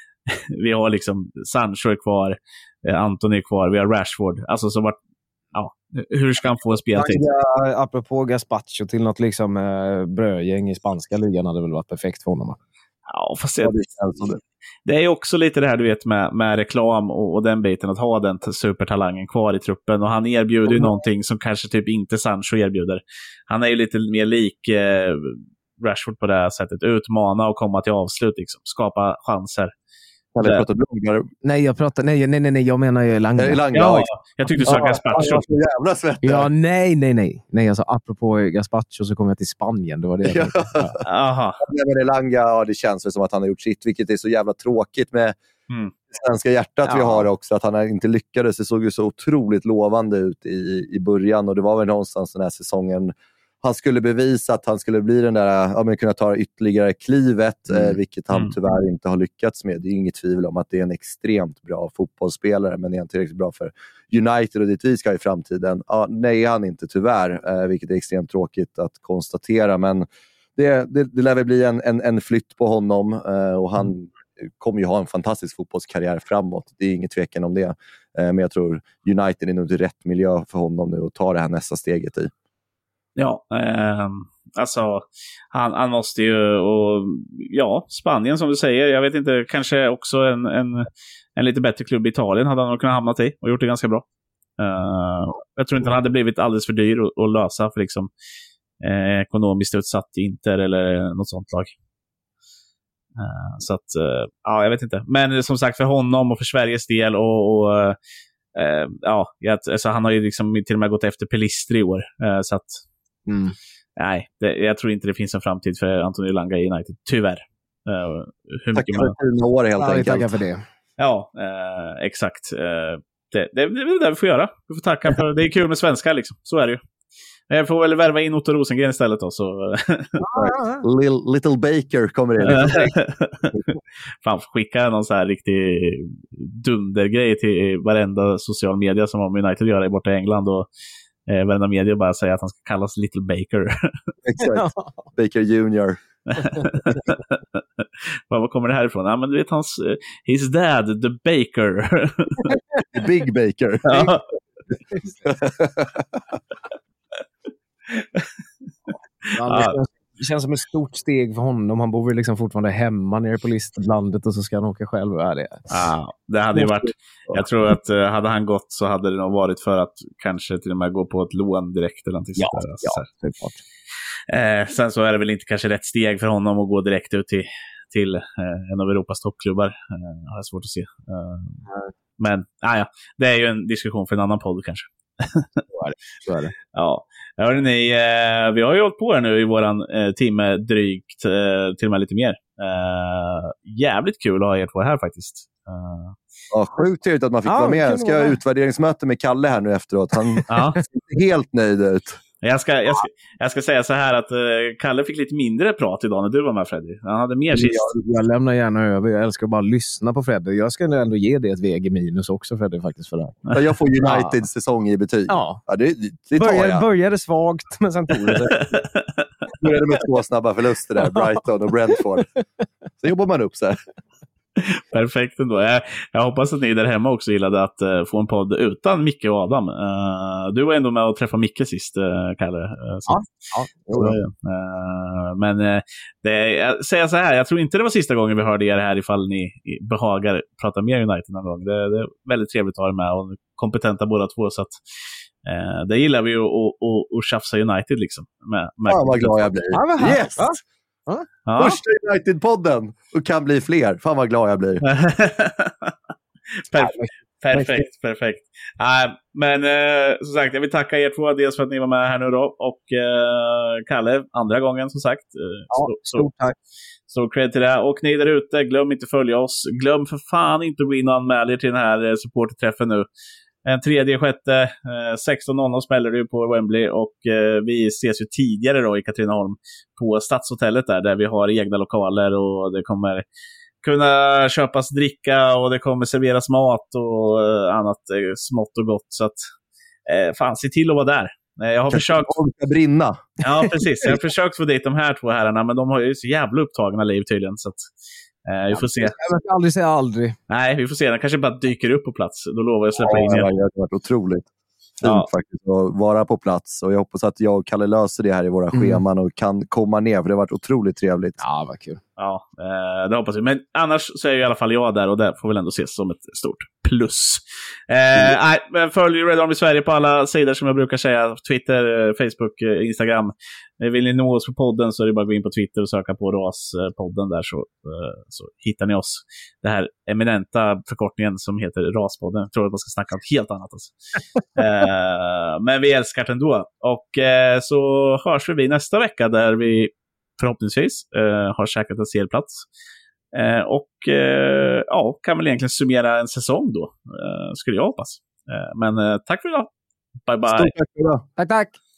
vi har liksom Sancho är kvar, uh, Antony är kvar, vi har Rashford. Alltså så vart ja, hur ska han få speltid? Ja, apropå Gazpacho till något liksom eh, brödgäng i spanska ligan hade väl varit perfekt för honom. Ja, fast det, det är ju också lite det här du vet med, med reklam och, och den biten, att ha den supertalangen kvar i truppen, och han erbjuder mm. ju någonting som kanske typ inte Sancho erbjuder. Han är ju lite mer lik eh, Rashford på det här sättet, utmana och komma till avslut liksom, skapa chanser. Eller pratar bloggar. Nej, jag pratar nej nej nej, nej jag menar ju Elanga. Elanga. Ja, jag tyckte du sa Gazpacho. Jag var så jävla svettig. Ja, nej nej nej. Nej, alltså apropå Gazpacho så kom jag till Spanien, det var det. Aha. Men Elanga, ja, det känns väl som att han har gjort sitt, vilket är så jävla tråkigt med mm. svenska hjärtat ja. vi har också, att han inte lyckades. Det såg ju så otroligt lovande ut i i början, och det var väl någonstans den här säsongen han skulle bevisa att han skulle bli den där, ja, men kunna ta ytterligare klivet, mm. eh, vilket han mm. tyvärr inte har lyckats med. Det är inget tvivel om att det är en extremt bra fotbollsspelare, men är han tillräckligt bra för United och dit vi ska i framtiden? Ja, nej, han inte tyvärr, eh, vilket är extremt tråkigt att konstatera, men det, det, det lär väl bli en, en, en flytt på honom, eh, och han mm. kommer ju ha en fantastisk fotbollskarriär framåt. Det är inget tvekan om det, eh, men jag tror United är nog i rätt miljö för honom nu att ta det här nästa steget i. Ja, eh, alltså han, han måste ju, och ja, Spanien som du säger, jag vet inte, kanske också en, en, en lite bättre klubb i Italien hade han kunnat hamna i och gjort det ganska bra. Eh, jag tror inte han hade blivit alldeles för dyr att, att lösa för liksom eh, ekonomiskt utsatt Inter eller något sånt lag. Eh, så att, eh, ja, jag vet inte. Men som sagt, för honom och för Sveriges del och, och eh, ja, alltså, han har ju liksom till och med gått efter Pelistri i år, eh, så att Mm. nej, det, jag tror inte det finns en framtid för Antonio Elanga i United, tyvärr. Uh, hur tack för man... fina år helt ja, enkelt. Tackar för det. Ja, eh, exakt. Eh, det, det, det är det vi får göra. Vi får tacka för det är kul med svenska liksom. Så är det ju. Jag får väl värva in Otto Rosengren istället då. Så. Little, little Baker kommer in. Fan, skicka någon så här riktig dundergrej till varenda social media som har med United att göra i borta i England och eh, varenda media bara säga att han ska kallas Little Baker. Exakt. Baker Junior. Var kommer det här ifrån? Ja, men du vet hans uh, his dad, the baker. The Big Baker. Ja. Ja, det, känns, det känns som ett stort steg för honom. Han bor väl liksom fortfarande hemma nere på listlandet och så ska han åka själv. Ja, det, ja, det hade ju varit... Jag tror att uh, hade han gått så hade det nog varit för att kanske till och med gå på ett lån direkt eller någonting ja, sånt där. Ja, det är klart. Eh, sen så är det väl inte kanske rätt steg för honom att gå direkt ut till, till eh, en av Europas toppklubbar. Eh, har jag svårt att se. Eh, mm. Men ah, ja, det är ju en diskussion för en annan podd kanske. Så är det. Så är det. Ja, hörde ni, eh, vi har ju hållit på här nu i våran eh, timme drygt, eh, till och med lite mer. Eh, jävligt kul att ha er två här faktiskt. Eh, Ja, sjukt trevligt att man fick ja, vara med. Jag ska ha utvärderingsmöte med Kalle här nu efteråt. Han ja. ser helt nöjd ut. Jag ska, jag, ska, jag ska säga så här att uh, Kalle fick lite mindre prat idag när du var med, Freddy. Han hade mer sist. Jag, jag lämnar gärna över. Jag älskar bara lyssna på Freddy. Jag ska ändå ge det ett V G minus också, Freddy, faktiskt för det här. Ja, jag får Uniteds ja. säsong i betyg. Ja. Ja, det, det tar började, jag. Började svagt, men sen tog det sig. Började med två snabba förluster där, Brighton och Brentford. Så jobbar man upp sig. Perfekt ändå. Jag, jag hoppas att ni där hemma också gillade att uh, få en podd utan Micke och Adam. Uh, du var ändå med att träffa Micke sist, uh, Kalle. Uh, ja, ja, så, uh, men uh, det, jag säger så här, jag tror inte det var sista gången vi hörde er här ifall ni behagar prata mer United någon gång. Det, det är väldigt trevligt att ha er med och kompetenta båda två. Så att, uh, det gillar vi ju att tjafsa United liksom. Med, med ja, vad glad jag blir. Ja, yes! Ja. Ja. Första United-podden och kan bli fler. Fan vad glad jag blir. perfekt, perfekt, perfekt. Uh, men uh, som sagt, jag vill tacka er två. Dels för att ni var med här nu då. Och uh, Kalle, andra gången som sagt. Uh, ja, så, stort tack. Så, så cred till det. Och ni där ute, glöm inte att följa oss. Glöm för fan inte att gå in och anmäla er till den här supporterträffen nu. En tredje, sjätte, eh, sexton noll noll smäller du på Wembley och eh, vi ses ju tidigare då i Katrineholm på Stadshotellet där, där vi har egna lokaler och det kommer kunna köpas dricka och det kommer serveras mat och eh, annat eh, smått och gott. Så att, eh, fan, se till att vara där. Eh, jag har Kanske försökt... brinna. Ja, precis. Jag har försökt få dit de här två herrarna, men de har ju så jävla upptagna liv tydligen, så att Eh, vi får se. Jag vill aldrig säga aldrig. Nej, vi får se. Den kanske bara dyker upp på plats. Då lovar jag att släppa ja, in er. Ja, det har varit otroligt fint ja. faktiskt att vara på plats. Och jag hoppas att jag och Kalle löser det här i våra mm. scheman och kan komma ner, för det har varit otroligt trevligt. Ja, vad kul. Ja, eh, det hoppas vi. Men annars så är i alla fall jag där och det får väl ändå ses som ett stort plus. Eh, mm. nej, följ Red Army Sverige på alla sidor som jag brukar säga. Twitter, Facebook, Instagram. Vill ni nå oss på podden så är det bara att gå in på Twitter och söka på Raspodden där så, så hittar ni oss. Det här eminenta förkortningen som heter Raspodden. Jag tror att man ska snacka om helt annat. Alltså. eh, men vi älskar det ändå. Och eh, så hörs vi nästa vecka där vi förhoppningsvis eh, har käkat en serplats. Eh, och eh, ja, kan väl egentligen summera en säsong då. Eh, skulle jag hoppas. Eh, men eh, tack för idag. Bye bye. Stort tack för idag. Tack, tack.